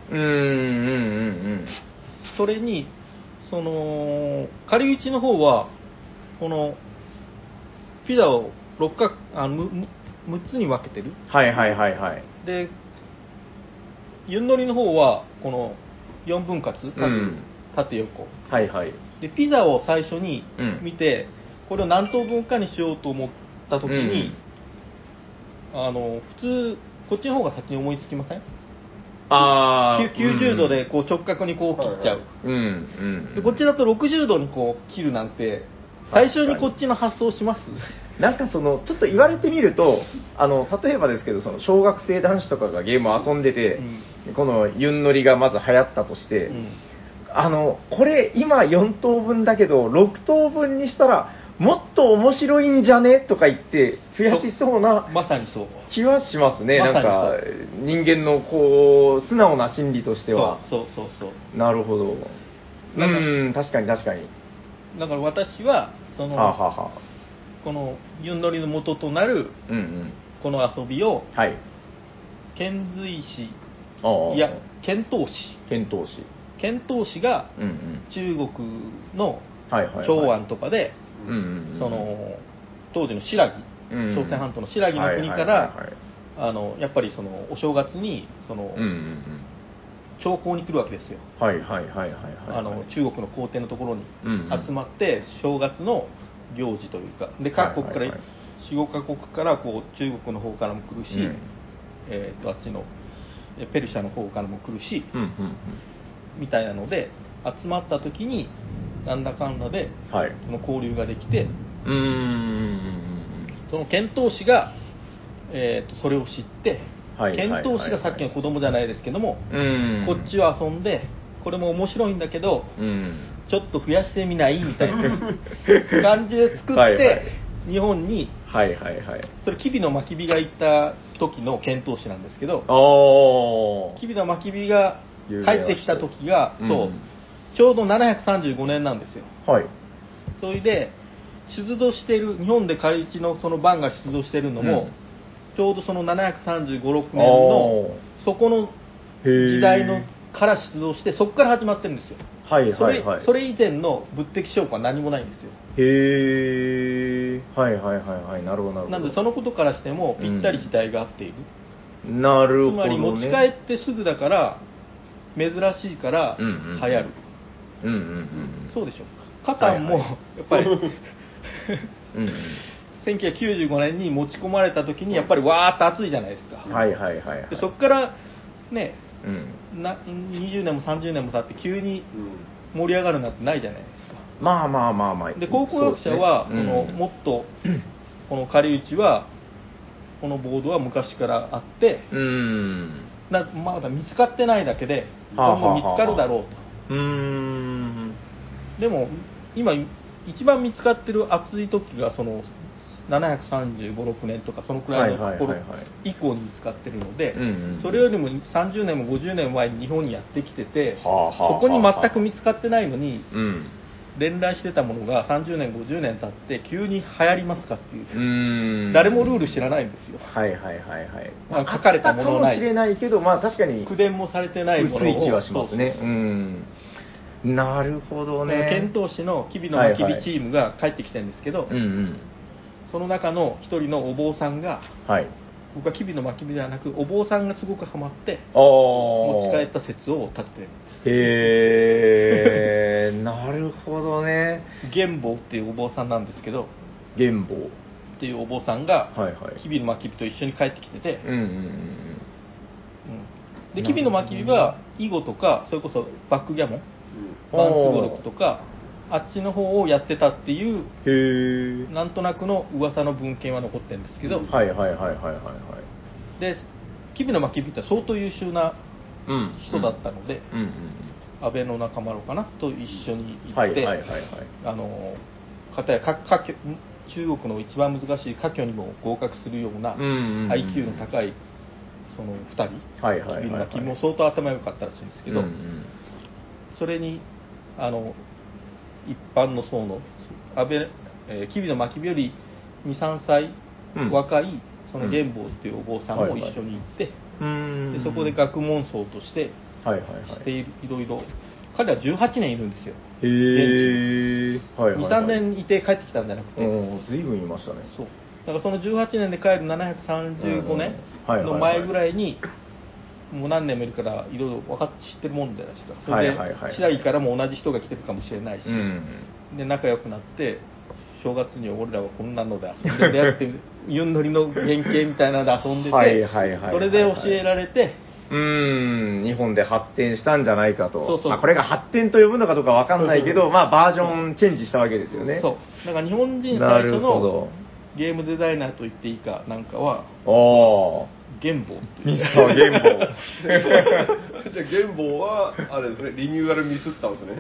それにその仮打ちの方はこのピザを6つに分けてる。 はいはいはいはい。 でユンノリの方はこの4分割、縦横。 はいはい。 でピザを最初に見て、これを何等分かにしようと思った時に、普通こっちの方が先に思いつきません？90度でこう直角にこう切っちゃう。でこっちだと60度にこう切るなんて最初にこっちの発想します？ なんかそのちょっと言われてみると例えばですけどその小学生男子とかがゲームを遊んでて、このユンノリがまず流行ったとして、これ今4等分だけど6等分にしたらもっと面白いんじゃねとか言って増やしそうなまさにそう気はしますね。なんか人間のこう素直な心理としては。 そうなるほど。確かに確かに。 だから私はそのこのユンノリの元となるこの遊びを遣隋使いや遣唐使が中国の長安とかでその当時の新羅、朝鮮半島の新羅の国からやっぱりそのお正月にその朝貢に来るわけですよ。中国の皇帝のところに集まって正月の行事というかで各国から4、5カ国からこう中国の方からも来るし、あっちのペルシャの方からも来るし、みたいなので集まった時になんだかんだでこの交流ができて、その遣唐使が、それを知って遣唐使がさっきの子供じゃないですけども、こっちを遊んでこれも面白いんだけど、ちょっと増やしてみないみたいな感じで作って日本に、それ吉備の真備が行った時の遣唐使なんですけど、吉備の真備が帰ってきた時がちょうど735年なんですよ。それで出土している日本で開一のその番が出土しているのも、ちょうどその735、6年のそこの時代のから出土してそこから始まってるんですよ。それ以前の物的証拠は何もないんですよ。 なるほどなのでそのことからしてもぴったり時代が合っている。 なるほど、ね、 つまり持ち帰ってすぐだから珍しいから流行る。そうでしょうか。カタンもやっぱり1995年に持ち込まれた時にやっぱりわーっと熱いじゃないですか。でそこからね、20年も30年も経って急に盛り上がるなんてないじゃないですか。で考古学者はもっとこの狩打ちはこのボードは昔からあってまだ見つかってないだけで今後見つかるだろうと。でも今一番見つかってる熱い時がその735、6年とかそのくらいの頃以降に見つかってるので、それよりも30年も50年前に日本にやってきてて、そこに全く見つかってないのに、伝来してたものが30年50年経って急に流行りますかっていう、誰もルール知らないんですよ。書かれたものないかもしれないけど、確かに口伝もされてないものを薄い気はしますね。なるほどね。 遣唐使の吉備の真備チームが帰ってきてるんですけど、その中の一人のお坊さんが、僕は吉備の真備ではなくお坊さんがすごくハマって持ち帰った説を立ててるんです。なるほどね。 玄坊っていうお坊さんなんですけど、 玄坊っていうお坊さんが吉備の真備と一緒に帰ってきてて、で吉備の真備は囲碁とかそれこそバックギャモン、バンスゴルフとかあっちの方をやってたっていうなんとなくの噂の文献は残ってるんですけど、で吉備の真備って相当優秀な人だったので、安倍の中丸かなと一緒に行って、片や中国の一番難しい科挙にも合格するような IQ の高いその2人、吉備の真備も相当頭良かったらしいんですけど、それに一般の層の吉備の真備より 2,3 歳若いその玄坊っていうお坊さんも一緒に行って、でそこで学問僧としてしていろいろ。彼は18年いるんですよ。 2、 3年いて帰ってきたんじゃなくて。 随分いましたね。 そう。だからその18年で帰る735年の前ぐらいに、もう何年もいるからいろいろ知ってるもんじゃないですか。それで白井からも同じ人が来てるかもしれないし、で仲良くなって正月に俺らはこんなので遊んでるやってユンノリの原型みたいなので遊んでて、それで教えられて、 日本で発展したんじゃないかと。これが発展と呼ぶのかどうかわかんないけど、バージョンチェンジしたわけですよね。 そう。だから日本人最初のゲームデザイナーと言っていいかなんかは、玄坊っていう。 玄坊。 じゃあ玄坊はあれですね、リニューアルミスったんですね。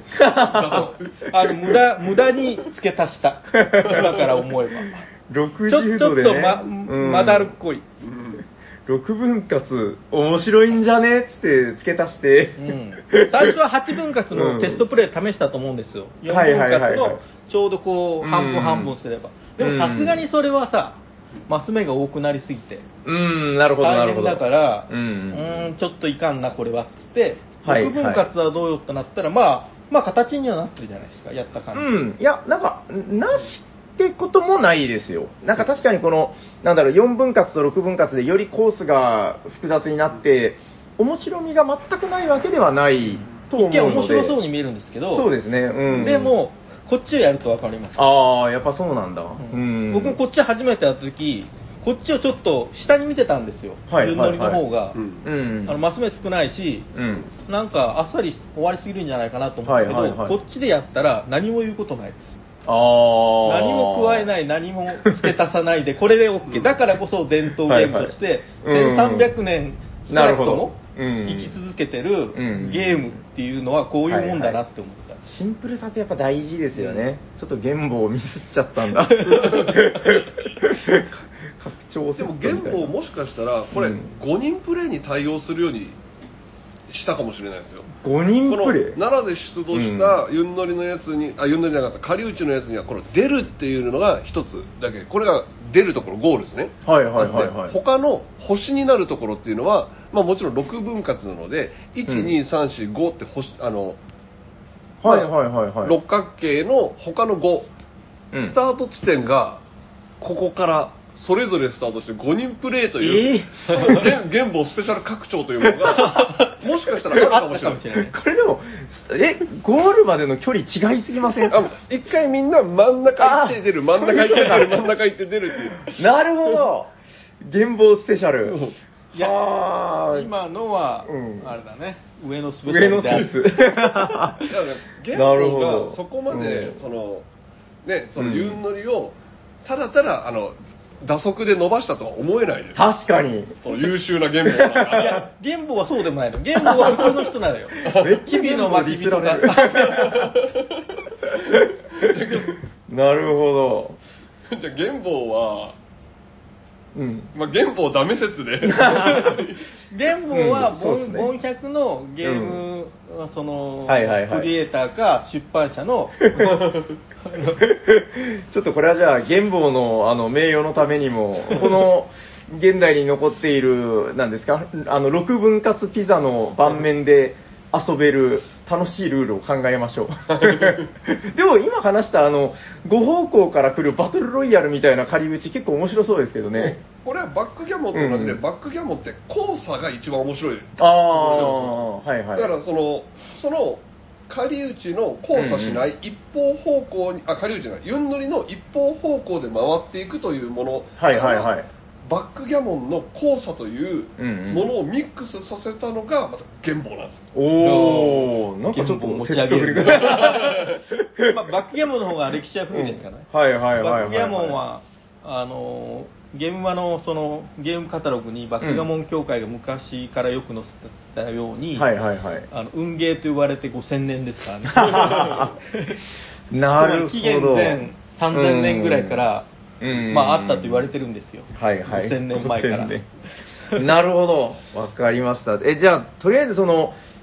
無駄に付け足した。今から思えば。 60度でね。 ちょっとまだるっこい。 6分割面白いんじゃねっつって付け足して、 最初は8分割のテストプレイ試したと思うんですよ。4分割のちょうどこう半分半分すれば。でもさすがにそれはさ、マス目が多くなりすぎて、 なるほど大変だから、ちょっといかんなこれはっつって、6分割はどうよってなったら、まあ形にはなってるじゃないですか、やった感じ。 いや、なんかなしってこともないですよ。なんか確かにこの4分割と6分割でよりコースが複雑になって面白みが全くないわけではないと思うので、 一見面白そうに見えるんですけど、 そうですね。 でもこっちをやると分かります。 やっぱそうなんだ。 僕もこっち初めてやった時、こっちをちょっと下に見てたんですよ。ユンノリの方が、マス目少ないし、なんかあっさり終わりすぎるんじゃないかなと思ったけど、こっちでやったら何も言うことないです。何も加えない、何も付け足さないで、これで OK。だからこそ伝統ゲームとして、1300年少なくとも生き続けてるゲームっていうのはこういうもんだなって思った。 シンプルさってやっぱ大事ですよね。ちょっと玄坊をミスっちゃったんだ。拡張でも玄坊もしかしたらこれ5人プレイに対応するようにしたかもしれないですよ。 5人プレイ、 この奈良で出土したユンノリのやつに、ユンノリじゃなかった狩内のやつにはこの出るっていうのが一つだけ、これが出るところゴールですね。他の星になるところっていうのは、もちろん6分割なので12345って星六角形の他の5、スタート地点がここからそれぞれスタートして5人プレイという、玄坊スペシャル拡張というものがもしかしたらあるかもしれない。 これでもゴールまでの距離違いすぎません？ 一回みんな真ん中行って出る、真ん中行って出る、真ん中行って出るっていう。 なるほど。玄坊スペシャル。 いや今のは、あれだね、上のスペシャルである。 玄坊がそこまでそのユンノリをただただ打足で伸ばしたとは思えないです。 確かに。 その優秀な玄坊なんか。 いや、玄坊はそうでもないの。玄坊は普通の人なのよ。日々の巻き人が。 なるほど。 じゃあ玄坊は、玄坊ダメ説で。 玄坊はボン100のゲーム、クリエイターか出版社のちょっとこれはじゃあ玄坊の名誉のためにもこの現代に残っている何ですか6分割ピザの盤面で遊べる楽しいルールを考えましょう。でも今話した5方向から来るバトルロイヤルみたいな狩り打ち結構面白そうですけどね。 これはバックギャモンと同じで、バックギャモンって交差が一番面白い。だからその狩打の交差しない一方方向に、狩打じゃない、ユンノリの一方方向で回っていくというもの。バックギャモンの交差というものをミックスさせたのがまた玄坊なんですよ。 なんかちょっと持ち上げる。バックギャモンの方が歴史は古いですからね。バックギャモンはゲームマのそのゲームカタログにバックギャモン協会が昔からよく載せてたように、運ゲーと言われて5000年ですからね。 なるほど。 紀元前3000年ぐらいからあったと言われてるんですよ。5000年前から。 なるほど、わかりました。じゃあとりあえずその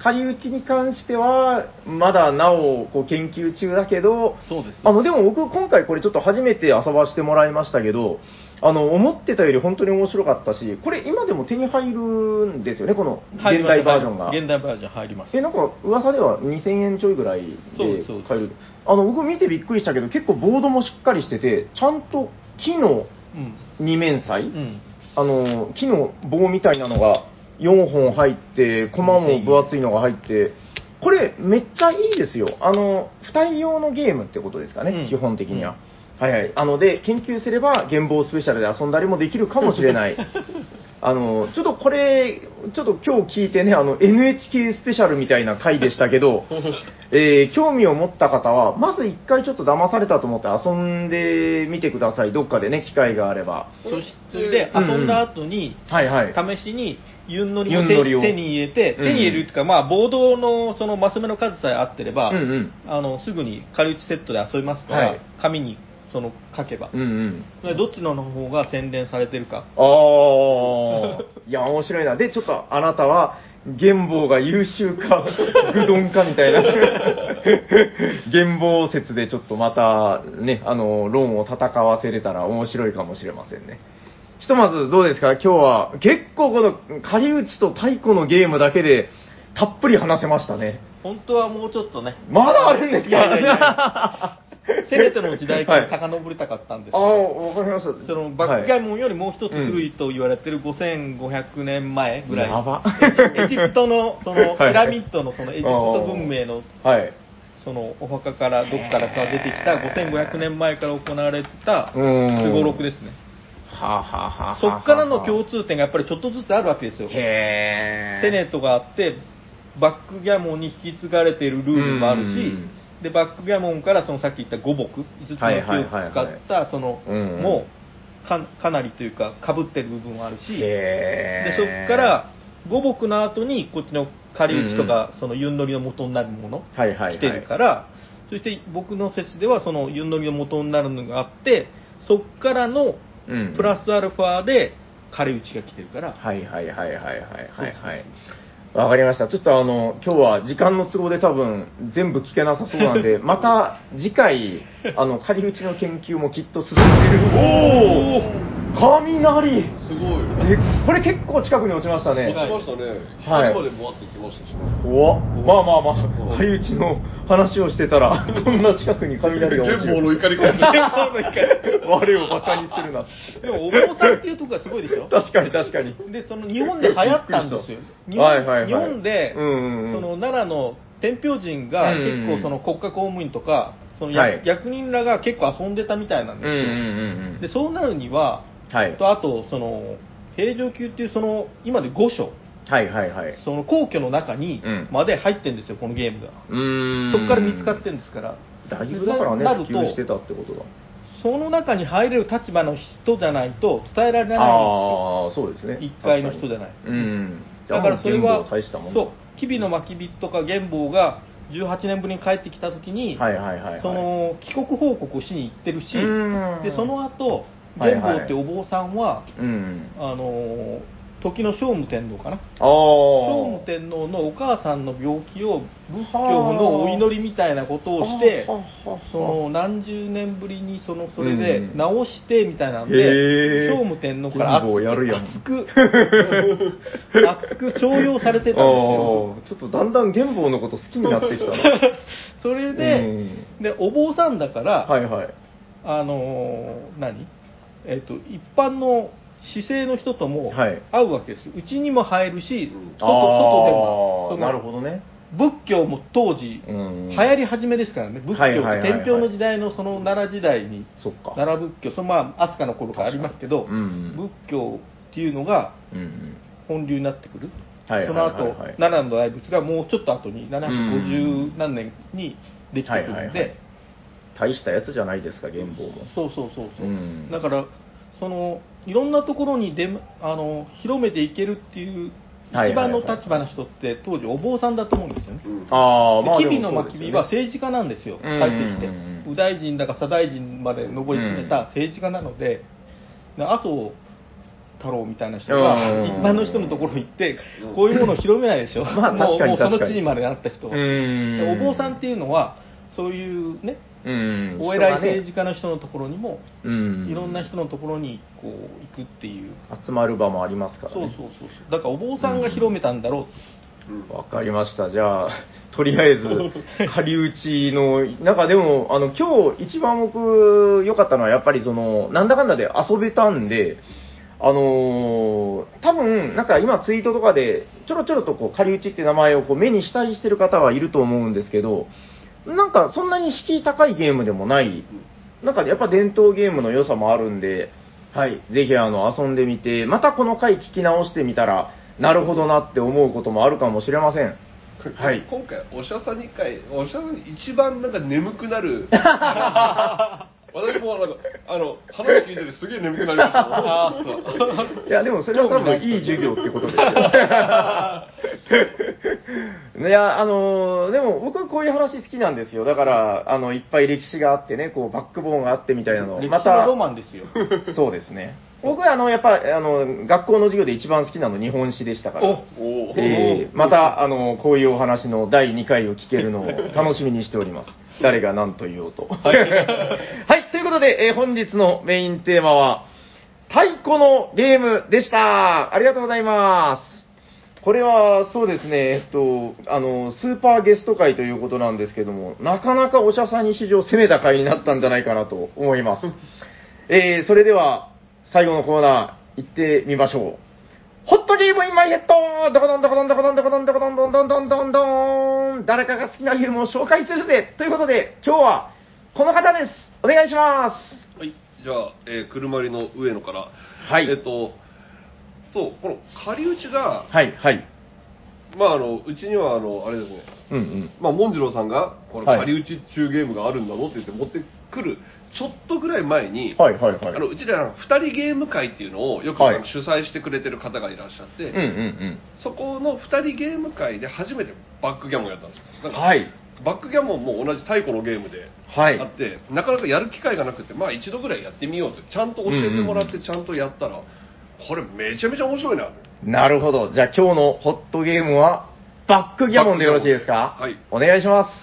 仮打ちに関しては、まだなおこう研究中だけど、 そうです。 でも僕、今回これちょっと初めて遊ばしてもらいましたけど、思ってたより本当に面白かったし、これ今でも手に入るんですよね、この現代バージョンが。 現代バージョン入ります。 なんか噂では2000円ちょいぐらいで買える。僕見てびっくりしたけど、結構ボードもしっかりしてて、ちゃんと木の二面祭、木の棒みたいなのが4本入って、駒も分厚いのが入って、これめっちゃいいですよ。2人用のゲームってことですかね、基本的には。はいはい。で、研究すれば、ゲームボーイスペシャルで遊んだりもできるかもしれない。ちょっとこれ、ちょっと今日聞いてね、NHK スペシャルみたいな回でしたけど、興味を持った方は、まず一回ちょっと騙されたと思って遊んでみてください。どっかでね、機会があれば。 それで、遊んだ後に、 はいはい。 試しに、ユンノリを手に入れて、手に入れるっていうか、まあ、ボードのそのマス目の数さえ合ってれば、すぐに仮打ちセットで遊びますから、紙にその書けば、どっちの方が洗練されてるか。 いや面白いな。でちょっとあなたは玄坊が優秀か愚鈍かみたいな玄坊説でちょっとまたね論を戦わせれたら面白いかもしれませんね。ひとまずどうですか、今日は結構この仮打ちと太鼓のゲームだけでたっぷり話せましたね。 本当はもうちょっとね。 まだあるんですか？ せめての時代から遡りたかったんですけど、 わかりました。 そのバックギャモンよりもう一つ古いと言われてる5500年前ぐらい、 やばエジプトのそのピラミッドのそのエジプト文明のそのお墓からどっからか出てきた5500年前から行われてたすごろくですね。そっからの共通点がやっぱりちょっとずつあるわけですよ。セネットがあってバックギャモンに引き継がれているルールもあるし、でバックギャモンからそのさっき言った五木5つの木を使ったそのもうかなりというか被ってる部分もあるし、でそこから五木の後にこっちの仮打ちとかそのユンノリの元になるもの来てるから、そして僕の説ではそのユンノリの元になるのがあって、そこからのプラスアルファで仮打ちが来てるから。 わかりました。ちょっと今日は時間の都合で多分全部聞けなさそうなんで、また次回、仮打ちの研究もきっと進んでる。雷すごい。 で、これ結構近くに落ちましたね。 落ちましたね。光までもあってきましたしね。 怖っ。まあ、仮打ちの話をしてたら、こんな近くに雷が落ちる。 玄坊の怒りかもしれない。 我をバカにするな。 でも、お坊さんっていうところがすごいでしょ。 確かに。 で、その日本で流行ったんですよ。日本で、その奈良の天平人が結構その国家公務員とか、その役人らが結構遊んでたみたいなんですよ。で、そうなるには、あとその平城宮っていうその今で御所、その皇居の中にまで入ってるんですよ、このゲームが。そこから見つかってるんですから。 だいぶだからね、普及してたってことだ。 その中に入れる立場の人じゃないと伝えられないんですよ。 そうですね。 一階の人じゃない。だからそれはそう吉備の巻火とか玄坊が18年ぶりに帰ってきた時にその帰国報告をしに行ってるし、でその後玄坊ってお坊さんは、時の聖武天皇かな、聖武天皇のお母さんの病気を仏教のお祈りみたいなことをして、その何十年ぶりにそれで治してみたいなんで、聖武天皇から熱く重用されてたんですよ。 ちょっとだんだん玄坊のこと好きになってきたな。 それで、お坊さんだから、一般の市政の人とも会うわけです。うちにも入るし、外でも。 なるほどね。 仏教も当時、流行り始めですからね。仏教って天平の時代のその奈良時代に、奈良仏教、飛鳥の頃からありますけど、仏教っていうのが本流になってくる。その後、奈良の大仏がもうちょっと後に、750何年にできてくるんで、 大したやつじゃないですか、玄坊も。 そう。だから、いろんなところに広めていけるっていう一番の立場の人って当時お坊さんだと思うんですよね。吉備の巻火は政治家なんですよ。帰ってきて右大臣だか左大臣まで上り詰めた政治家なので、麻生太郎みたいな人が一般の人のところに行ってこういうものを広めないでしょ。 まあ確かにもうその地にまでなった人は。お坊さんっていうのはそういうね、お偉い政治家の人のところにも、いろんな人のところにこう行くっていう集まる場もありますからね。 そうだからお坊さんが広めたんだろう。わかりました。じゃあとりあえず仮打ちのなんかでも今日一番僕良かったのはやっぱりそのなんだかんだで遊べたんで。多分、なんか今ツイートとかで、ちょろちょろとこう、仮打ちって名前をこう目にしたりしてる方はいると思うんですけど、なんかそんなに敷居高いゲームでもない、なんかやっぱ伝統ゲームの良さもあるんで、はい、ぜひ遊んでみて、またこの回聞き直してみたら、なるほどなって思うこともあるかもしれません。 はい、今回、おしゃさん一番なんか眠くなる。私もなんか話聞いててすげえ眠くなりました。 いやでもそれは多分いい授業ってことですよ。いやでも僕はこういう話好きなんですよ。だからいっぱい歴史があってね、こうバックボーンがあってみたいなの。 またロマンですよ。 そうですね。僕はやっぱ学校の授業で一番好きなの日本史でしたから。またこういうお話の第2回を聞けるのを楽しみにしております。誰が何と言おうと。はい、ということで、本日のメインテーマは太鼓のゲームでした。ありがとうございます。これはそうですね、スーパーゲスト会ということなんですけども、なかなかおしゃさんに史上攻めた回になったんじゃないかなと思います。それでは最後のコーナー行ってみましょう。ホットゲームインマイヘッドドコドンドコドンドコドンドコドンドコドンドンドンドンドンドーン誰かが好きなゲームを紹介するぜということで、今日はこの方です。お願いします。 はい、じゃあ、車りの上野から。 はい。 そう、この仮打ちが、 はい、はい。 まあ、うちには、あれですね、まあ、モンジローさんが、この仮打ちっていうゲームがあるんだぞって言って持ってくる、ちょっとぐらい前に、 はいはいはい、 うちら2人ゲーム会っていうのをよく、主催してくれてる方がいらっしゃって、そこの2人ゲーム会で初めてバックギャモンやったんですよ。 はい、 バックギャモンも同じ太鼓のゲームであって、なかなかやる機会がなくて、まあ一度ぐらいやってみようってちゃんと教えてもらってちゃんとやったら、これめちゃめちゃ面白いな。 なるほど。じゃあ今日のホットゲームはバックギャモンでよろしいですか？はい、お願いします。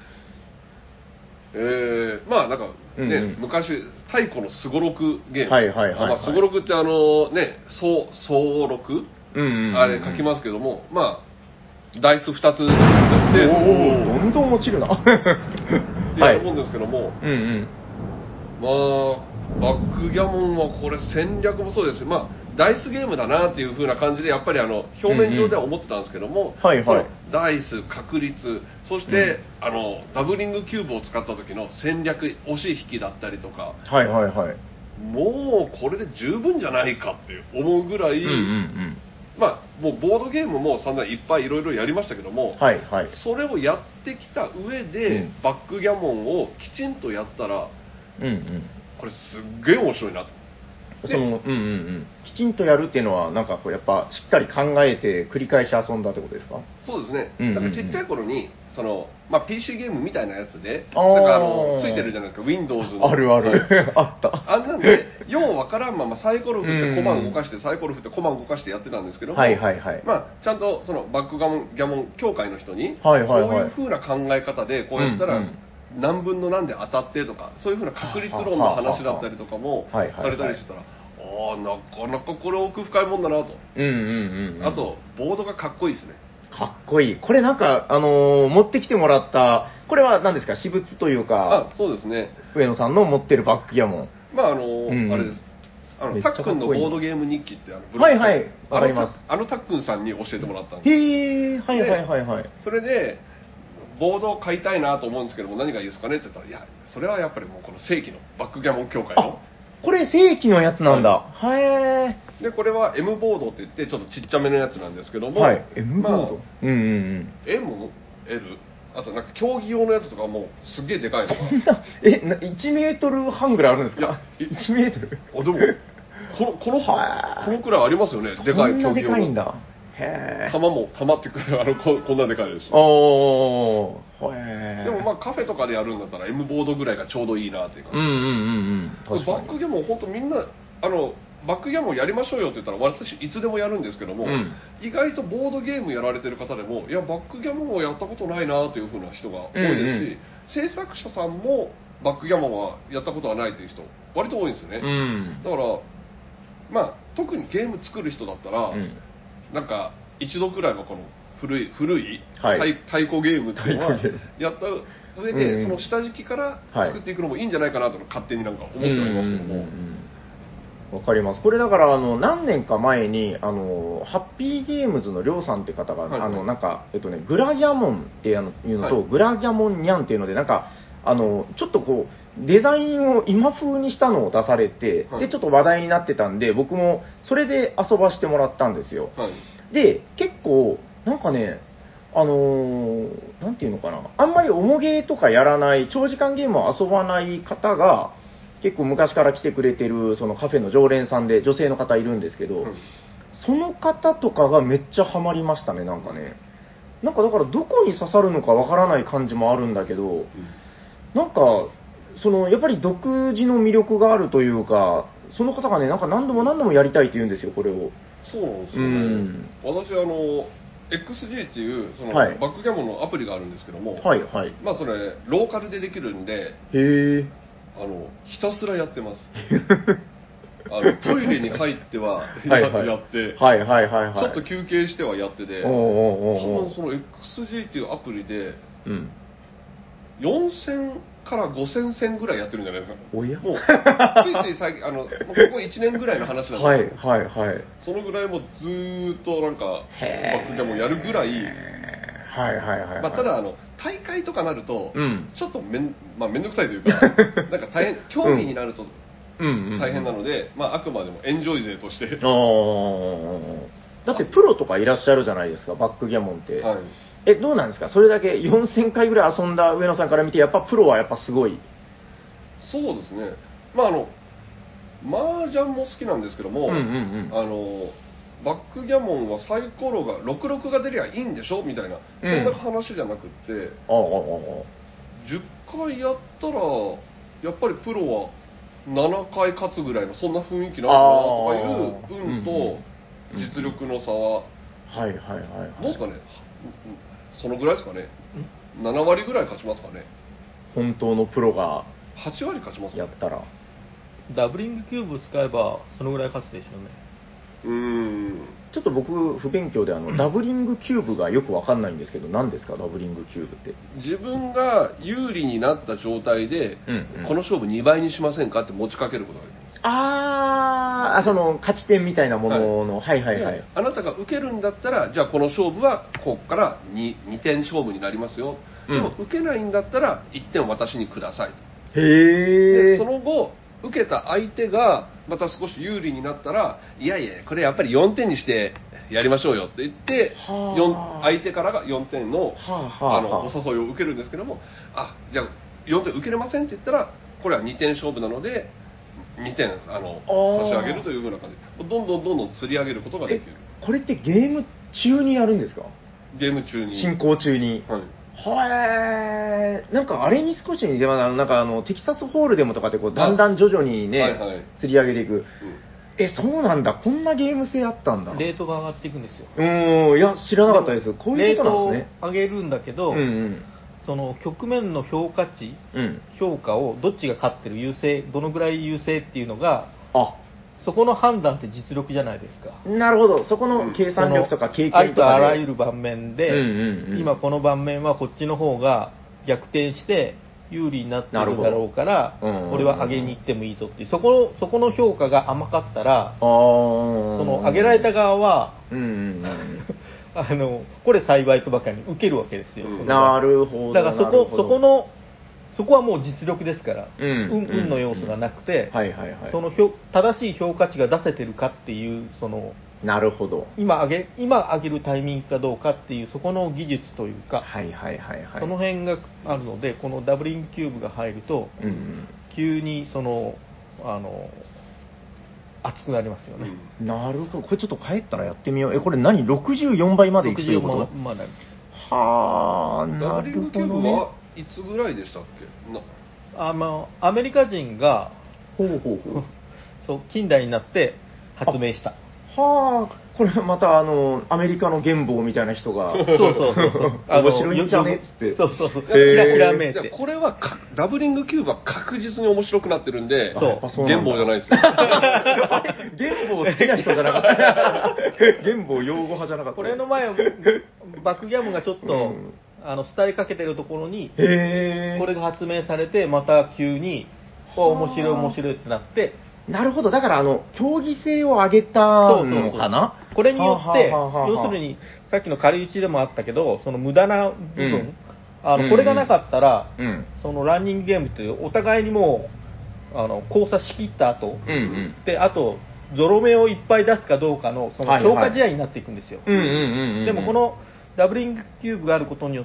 まあなんかね、昔太鼓のすごろくゲーム、すごろくってね、総録、あれ書きますけども、まあダイス2つやって、 どんどん落ちるなってやるもんですけども、まあバックギャモンはこれ戦略もそうですし、まあダイスゲームだなっていう風な感じでやっぱり表面上では思ってたんですけども、ダイス、確率、そして、ダブリングキューブを使った時の戦略、押し引きだったりとか、もうこれで十分じゃないかって思うぐらい、まあもうボードゲームも散々いっぱいいろいろやりましたけども、それをやってきた上で、バックギャモンをきちんとやったら、これすっげえ面白いなと。 きちんとやるっていうのはなんかこうやっぱしっかり考えて繰り返し遊んだってことですか？ そうですね。なんかちっちゃい頃にまあ PC ゲームみたいなやつでなんかついてるじゃないですか、 Windows の。 あるあるあった。 あんなんでようわからんままサイコロ振ってコマ動かしてサイコロ振ってコマ動かしてやってたんですけども、まあちゃんとバックギャモン協会の人にこういう風な考え方でこうやったら何分の何で当たってとか、そういうふうな確率論の話だったりとかもされたりしてたら、ああなかなかこれ奥深いもんだなと。あとボードがかっこいいですね。 かっこいい。これなんか持ってきてもらったこれは何ですか？私物というか。 そうですね。 上野さんの持ってるバックギャモン。 まああれです。たっくんのボードゲーム日記ってブログ、わかります。 たっくんさんに教えてもらったんです。 へえ、 それでボードを買いたいなと思うんですけども何がいいですかねって言ったら、いやそれはやっぱりもうこの正規のバックギャモン協会の。 これ正規のやつなんだ。へえ。でこれは M ボードって言ってちょっとちっちゃめのやつなんですけども、 M ボード、 M、L、あとなんか競技用のやつとかもすっげえでかいのが。 そんな1メートル半ぐらいあるんですか？1メートル。 でもこのくらいありますよね。でかい競技用の。 そんなでかいんだ。 玉も玉ってくるこんなでかいです。でもまあカフェとかでやるんだったら M ボードぐらいがちょうどいいなっていうか。バックギャモン本当みんなバックギャモンやりましょうよって言ったら私いつでもやるんですけども、意外とボードゲームやられてる方でもいやバックギャモンはやったことないなという風な人が多いですし、制作者さんもバックギャモンはやったことはないという人割と多いんですよね、だからまあ特にゲーム作る人だったら、なんか一度くらいはこの古い太鼓ゲームっていうのはやった上で、その下敷きから作っていくのもいいんじゃないかなと勝手になんか思ってはいますけども。 わかります。これだから何年か前にハッピーゲームズのりょうさんって方が、なんかグラギャモンっていうのと、グラギャモンニャンっていうのでなんかちょっとこうデザインを今風にしたのを出されて、でちょっと話題になってたんで僕もそれで遊ばしてもらったんですよ。で結構なんかねなんていうのかな、あんまり重ゲーとかやらない長時間ゲームを遊ばない方が結構昔から来てくれてるそのカフェの常連さんで女性の方いるんですけど、その方とかがめっちゃハマりましたね。なんかね、なんかだからどこに刺さるのかわからない感じもあるんだけど、なんかそのやっぱり独自の魅力があるというか、その方がねなんか何度もやりたいって言うんですよ、これを。 そうなんですよね。私XG っていうそのバックギャモンのアプリがあるんですけども、まあそれローカルでできるんで、ひたすらやってます。トイレに入ってはやって、ちょっと休憩してはやってで、多分その XG っていうアプリで、4000から5000戦ぐらいやってるんじゃないですか。 おやもうつい最近ここ1年ぐらいの話なんですけど、そのぐらいもずーっとなんかバックギャモンやるぐらい。まあ、ただ大会とかなると、ちょっとめんどくさいというかなんか大変競技になると大変なので、まあ、あくまでもエンジョイ勢としてだってプロとかいらっしゃるじゃないですか、バックギャモンって、どうなんですか、それだけ4000回ぐらい遊んだ上野さんから見てやっぱプロはやっぱすごい。 そうですね、まあ麻雀も好きなんですけども、バックギャモンはサイコロが66が出りゃいいんでしょみたいな、そんな話じゃなくって、10回やったらやっぱりプロは7回勝つぐらいのそんな雰囲気なのかなとかいう運と実力の差はどうですかね、そのぐらいですかね、7割ぐらい勝ちますかね、 本当のプロが 8割勝ちますかね、 やったら。 ダブリングキューブ使えばそのぐらい勝つでしょうね。 ちょっと僕不勉強でダブリングキューブがよくわかんないんですけど、何ですかダブリングキューブって。 自分が有利になった状態で、この勝負2倍にしませんかって持ちかけることができます。 その勝ち点みたいなものの、 あなたが受けるんだったら、じゃあこの勝負はここから 2点勝負になりますよ、でも受けないんだったら1点私にくださいと。でその後受けた相手がまた少し有利になったら、いやいやこれやっぱり4点にしてやりましょうよって言って、相手からが4点の、お誘いを受けるんですけども、じゃあ4点受けれませんって言ったら、これは2点勝負なので2点差し上げるというふうな感じで、どんどん釣り上げることができる。 これってゲーム中にやるんですか？ ゲーム中に、 進行中に。なんかあれに少し似てます。なんかテキサスホールデムとかってこうだんだん徐々にね、釣り上げていく。そうなんだ、こんなゲーム性あったんだ。 レートが上がっていくんですよ。 いや知らなかったです。こういうことなんですね。 レートを上げるんだけど、その局面の評価値、評価をどっちが勝ってる優勢、どのぐらい優勢っていうのが、そこの判断って実力じゃないですか。 なるほど、そこの計算力とか経験とかで、 ありとあらゆる盤面で、今この盤面はこっちの方が逆転して有利になってるだろうから、俺は上げに行ってもいいぞっていう、そこの評価が甘かったら、その上げられた側は、これ幸いとばかりに受けるわけですよ。 なるほど。 だからそこはもう実力ですから、運の要素がなくて、その正しい評価値が出せてるかっていう、 なるほど。 今上げるタイミングかどうかっていう、そこの技術というか、その辺があるので、このダブリングキューブが入ると、急に熱くなりますよね。 なるほど。これちょっと帰ったらやってみよう。これ何64倍までいくということ？ 64まで。 ダブリングキューブはいつぐらいでしたっけ？ アメリカ人がそう近代になって発明した。 はあ、これまたアメリカの玄坊みたいな人が、 そう面白いんじゃねっつって。 そうひらめいて。 これはダブリングキューブは確実に面白くなってるんで、 そう玄坊じゃないですよ。 玄坊好きな人じゃなかった。玄坊擁護派じゃなかった。 これの前はバックギャモンがちょっと、伝えかけてるところに、これが発明されて、また急に、面白いってなって、 なるほど。だから競技性を上げたのかな。 これによって、要するにさっきの仮打ちでもあったけど、その無駄な部分、これがなかったら、そのランニングゲームってお互いにもう交差しきった後、であとゾロ目をいっぱい出すかどうかのその消化試合になっていくんですよ。でもこのダブリングキューブがあることによって、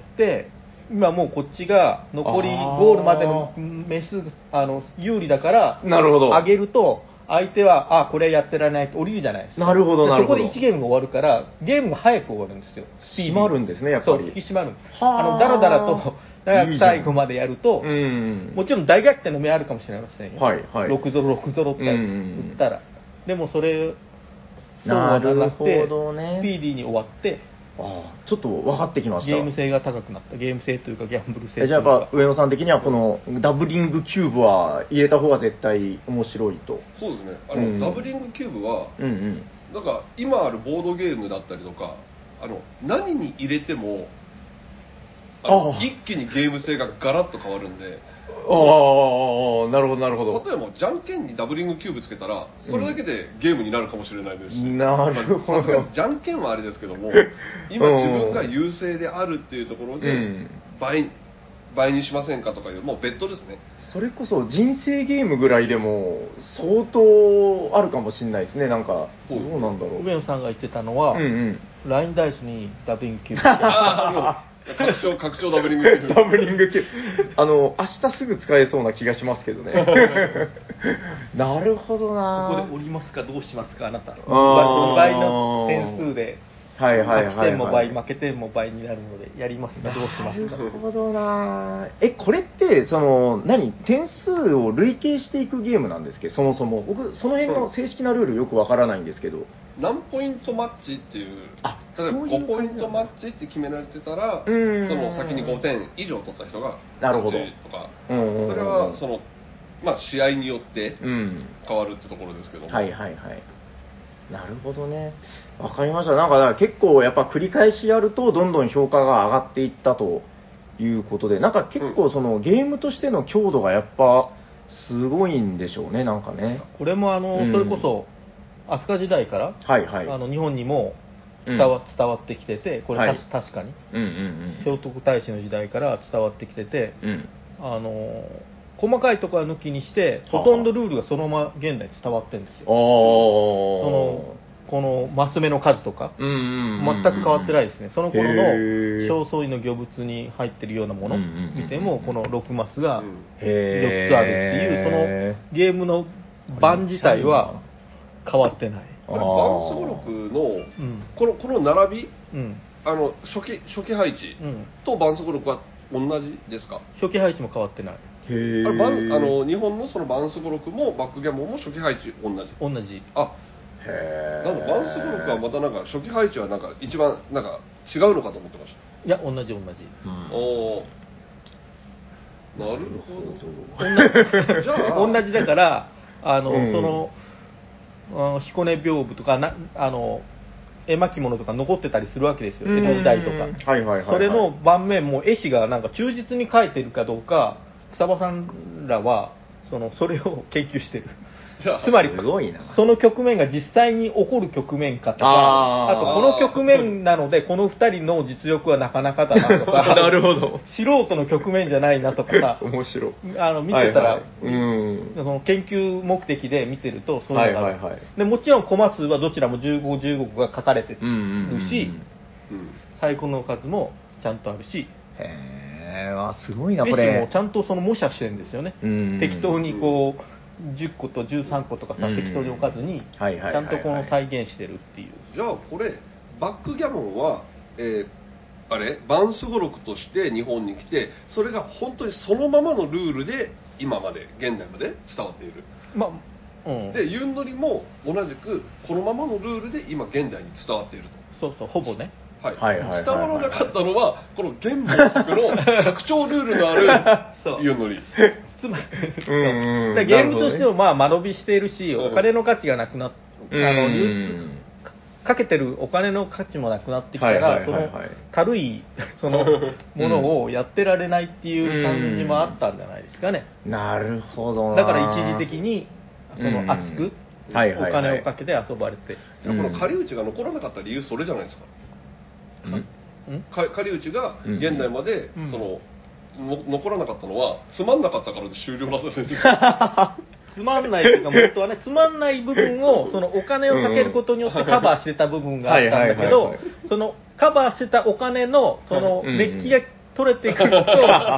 今もうこっちが残りゴールまでの目数有利だから、 なるほど、 上げると相手はこれやってられないと降りるじゃないですか。 なるほどなるほど。 そこで1ゲームが終わるからゲームが早く終わるんですよ。 締まるんですね、やっぱり。 そう、引き締まる。ダラダラと長く最後までやると、もちろん大逆転の目あるかもしれませんよ。6ゾロ6ゾロって打ったら。でもそれそうはならなくて、スピーディーに終わって、 ちょっと分かってきました。 ゲーム性が高くなった。ゲーム性というかギャンブル性というか。 じゃあやっぱ上野さん的にはこのダブリングキューブは入れた方が絶対面白いと。 そうですね。ダブリングキューブは、なんか今あるボードゲームだったりとか、何に入れても一気にゲーム性がガラッと変わるんで。 なるほどなるほど。 例えばじゃんけんにダブリングキューブつけたらそれだけでゲームになるかもしれないですし、 なるほど。 さすがにじゃんけんはあれですけども、今自分が優勢であるっていうところで倍にしませんかとかいうもう別途ですね。 それこそ人生ゲームぐらいでも相当あるかもしれないですね。なんかどうなんだろう。 梅野さんが言ってたのは、ラインダイスにダブリングキューブ拡張ダブリングキューブ。 ダブリングキューブ。明日すぐ使えそうな気がしますけどね。なるほどな。 ここで降りますかどうしますかあなた。倍の点数で。勝ち点も倍、負け点も倍になるので、やりますかどうしますか。 なるほどな。これって、点数を累計していくゲームなんですけど、そもそも。僕、その辺の正式なルールよくわからないんですけど。 何ポイントマッチっていう、例えば5ポイントマッチって決められてたら、その先に5点以上取った人が勝ちとか、それは試合によって変わるってところですけども。 なるほどね。わかりました。なんか結構やっぱ繰り返しやるとどんどん評価が上がっていったということで、なんか結構そのゲームとしての強度がやっぱすごいんでしょうね、なんかね。 これもそれこそ飛鳥時代から日本にも伝わってきてて、これ確かに聖徳太子の時代から伝わってきてて、細かいところは抜きにしてほとんどルールがそのまま現代伝わってるんですよ。このマス目の数とか全く変わってないですね。その頃の正倉院の御物に入ってるようなもの見てもこの6マスが4つあるっていうそのゲームの盤自体は変わってない。 バンスゴロクのこの並び、初期配置とバンスゴロクは同じですか？ 初期配置も変わってない。 日本のそのバンスゴロクもバックギャモンも初期配置同じ。なんかバンスゴロクはまたなんか初期配置はなんか一番なんか違うのかと思ってました。 いや同じ。 なるほど。 じゃあ同じだからその彦根屏風とか絵巻物とか残ってたりするわけですよ、江戸時代とか。それの盤面も絵師がなんか忠実に描いてるかどうか草場さんらはそれを研究してる。つまりその局面が実際に起こる局面かとか、あとこの局面なのでこの2人の実力はなかなかだなとかなるほど。 素人の局面じゃないなとかさ面白い見てたら、その研究目的で見てるとそういうのがある。でもちろんコマ数はどちらも15が書かれてるし、サイコロの数もちゃんとあるし、 すごいなこれ。 絵師もちゃんとその模写してるんですよね。適当にこう10個と13個とかさ、適当に置かずにちゃんとこの再現してるっていう。 じゃあこれバックギャモンは、バンスゴロクとして日本に来て、それが本当にそのままのルールで今まで現代まで伝わっている。 でユンノリも同じくこのままのルールで今現代に伝わっていると。 そうそう、ほぼね。 はい、伝わらなかったのはこの原本作の拡張ルールのあるユンノリ。 つまりゲームとしてもまあ間延びしているし、お金の価値がなくなって、かけてるお金の価値もなくなってきたら、その軽いそのものをやってられないっていう感じもあったんじゃないですかね。 なるほどな。 だから一時的にその熱くお金をかけて遊ばれて、 この狩内が残らなかった理由それじゃないですか。狩内が現代までその残らなかったのはつまんなかったからで終了なんですよ。 つまんないというか、本当はね、つまんない部分をそのお金をかけることによってカバーしてた部分があったんだけど、そのカバーしてたお金のその熱気が取れてくると、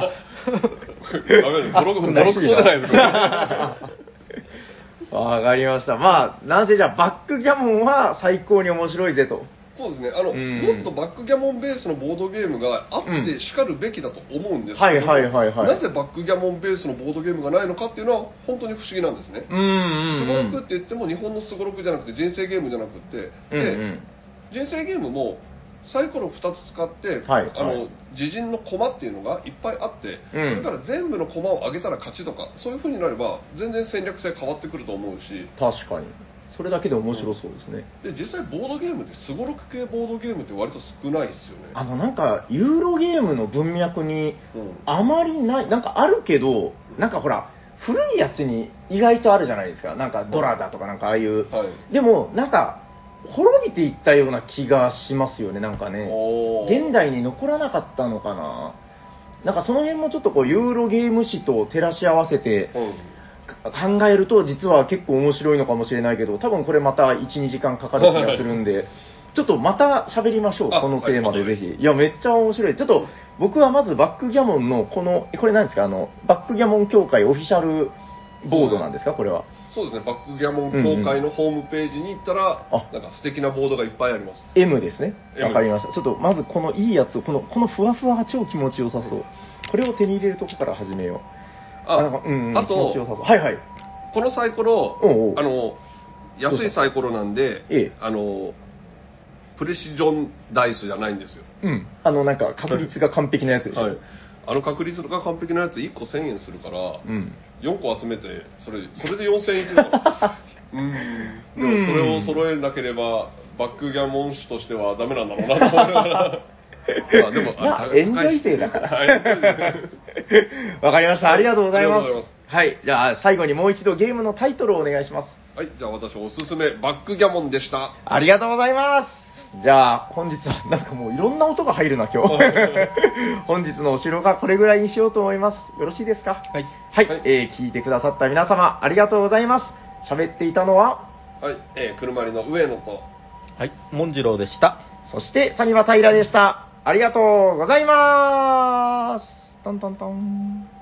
ボロクソじゃないですか。 わかりました。まあ、なんせじゃあバックギャモンは最高に面白いぜと。 そうですね、もっとバックギャモンベースのボードゲームがあってしかるべきだと思うんですけど、なぜバックギャモンベースのボードゲームがないのかっていうのは本当に不思議なんですね。スゴロクって言っても日本のスゴロクじゃなくて人生ゲームじゃなくて、で人生ゲームもサイコロ2つ使って、自陣の駒っていうのがいっぱいあって、それから全部の駒を上げたら勝ちとか、そういう風になれば全然戦略性変わってくると思うし。 確かにそれだけで面白そうですね。 で実際ボードゲームですごろく系ボードゲームって割と少ないですよね。 なんかユーロゲームの文脈にあまりない、なんかあるけど、なんかほら古いやつに意外とあるじゃないですか。なんかドラだとかなんかああいう、でもなんか滅びていったような気がしますよね。なんかね、現代に残らなかったのかな。なんかその辺もちょっとこうユーロゲーム史と照らし合わせて、考えると実は結構面白いのかもしれないけど、多分これまた 1,2 時間かかる気がするんでちょっとまた喋りましょう、このテーマでぜひ。いやめっちゃ面白い。ちょっと僕はまずバックギャモンのこれ何ですか、バックギャモン協会オフィシャルボードなんですか、これは。 そうですね、バックギャモン協会のホームページに行ったら、なんか素敵なボードがいっぱいあります。 M ですね。わかりました。ちょっとまずこのいいやつを、このふわふわが超気持ちよさそう。これを手に入れるとこから始めよう。 あとこのサイコロ、安いサイコロなんで、プレシジョンダイスじゃないんですよ。 なんか確率が完璧なやつでしょ。 確率が完璧なやつ1個1000円するから、4個集めてそれで4000円いくから。でもそれを揃えなければバックギャモン種としてはダメなんだろうなと思いながら。 でもエンジョイ勢だから。わかりました。ありがとうございます。はい、じゃあ最後にもう一度ゲームのタイトルをお願いします。 はい、じゃあ私おすすめバックギャモンでした。 ありがとうございます。じゃあ本日はなんかもういろんな音が入るな今日。本日のお城がこれぐらいにしようと思います。よろしいですか。はい、聞いてくださった皆様ありがとうございます。喋っていたのは車りの上野とモンジローでした。 そしてサニバタイラでした。ありがとうございます。トントントン。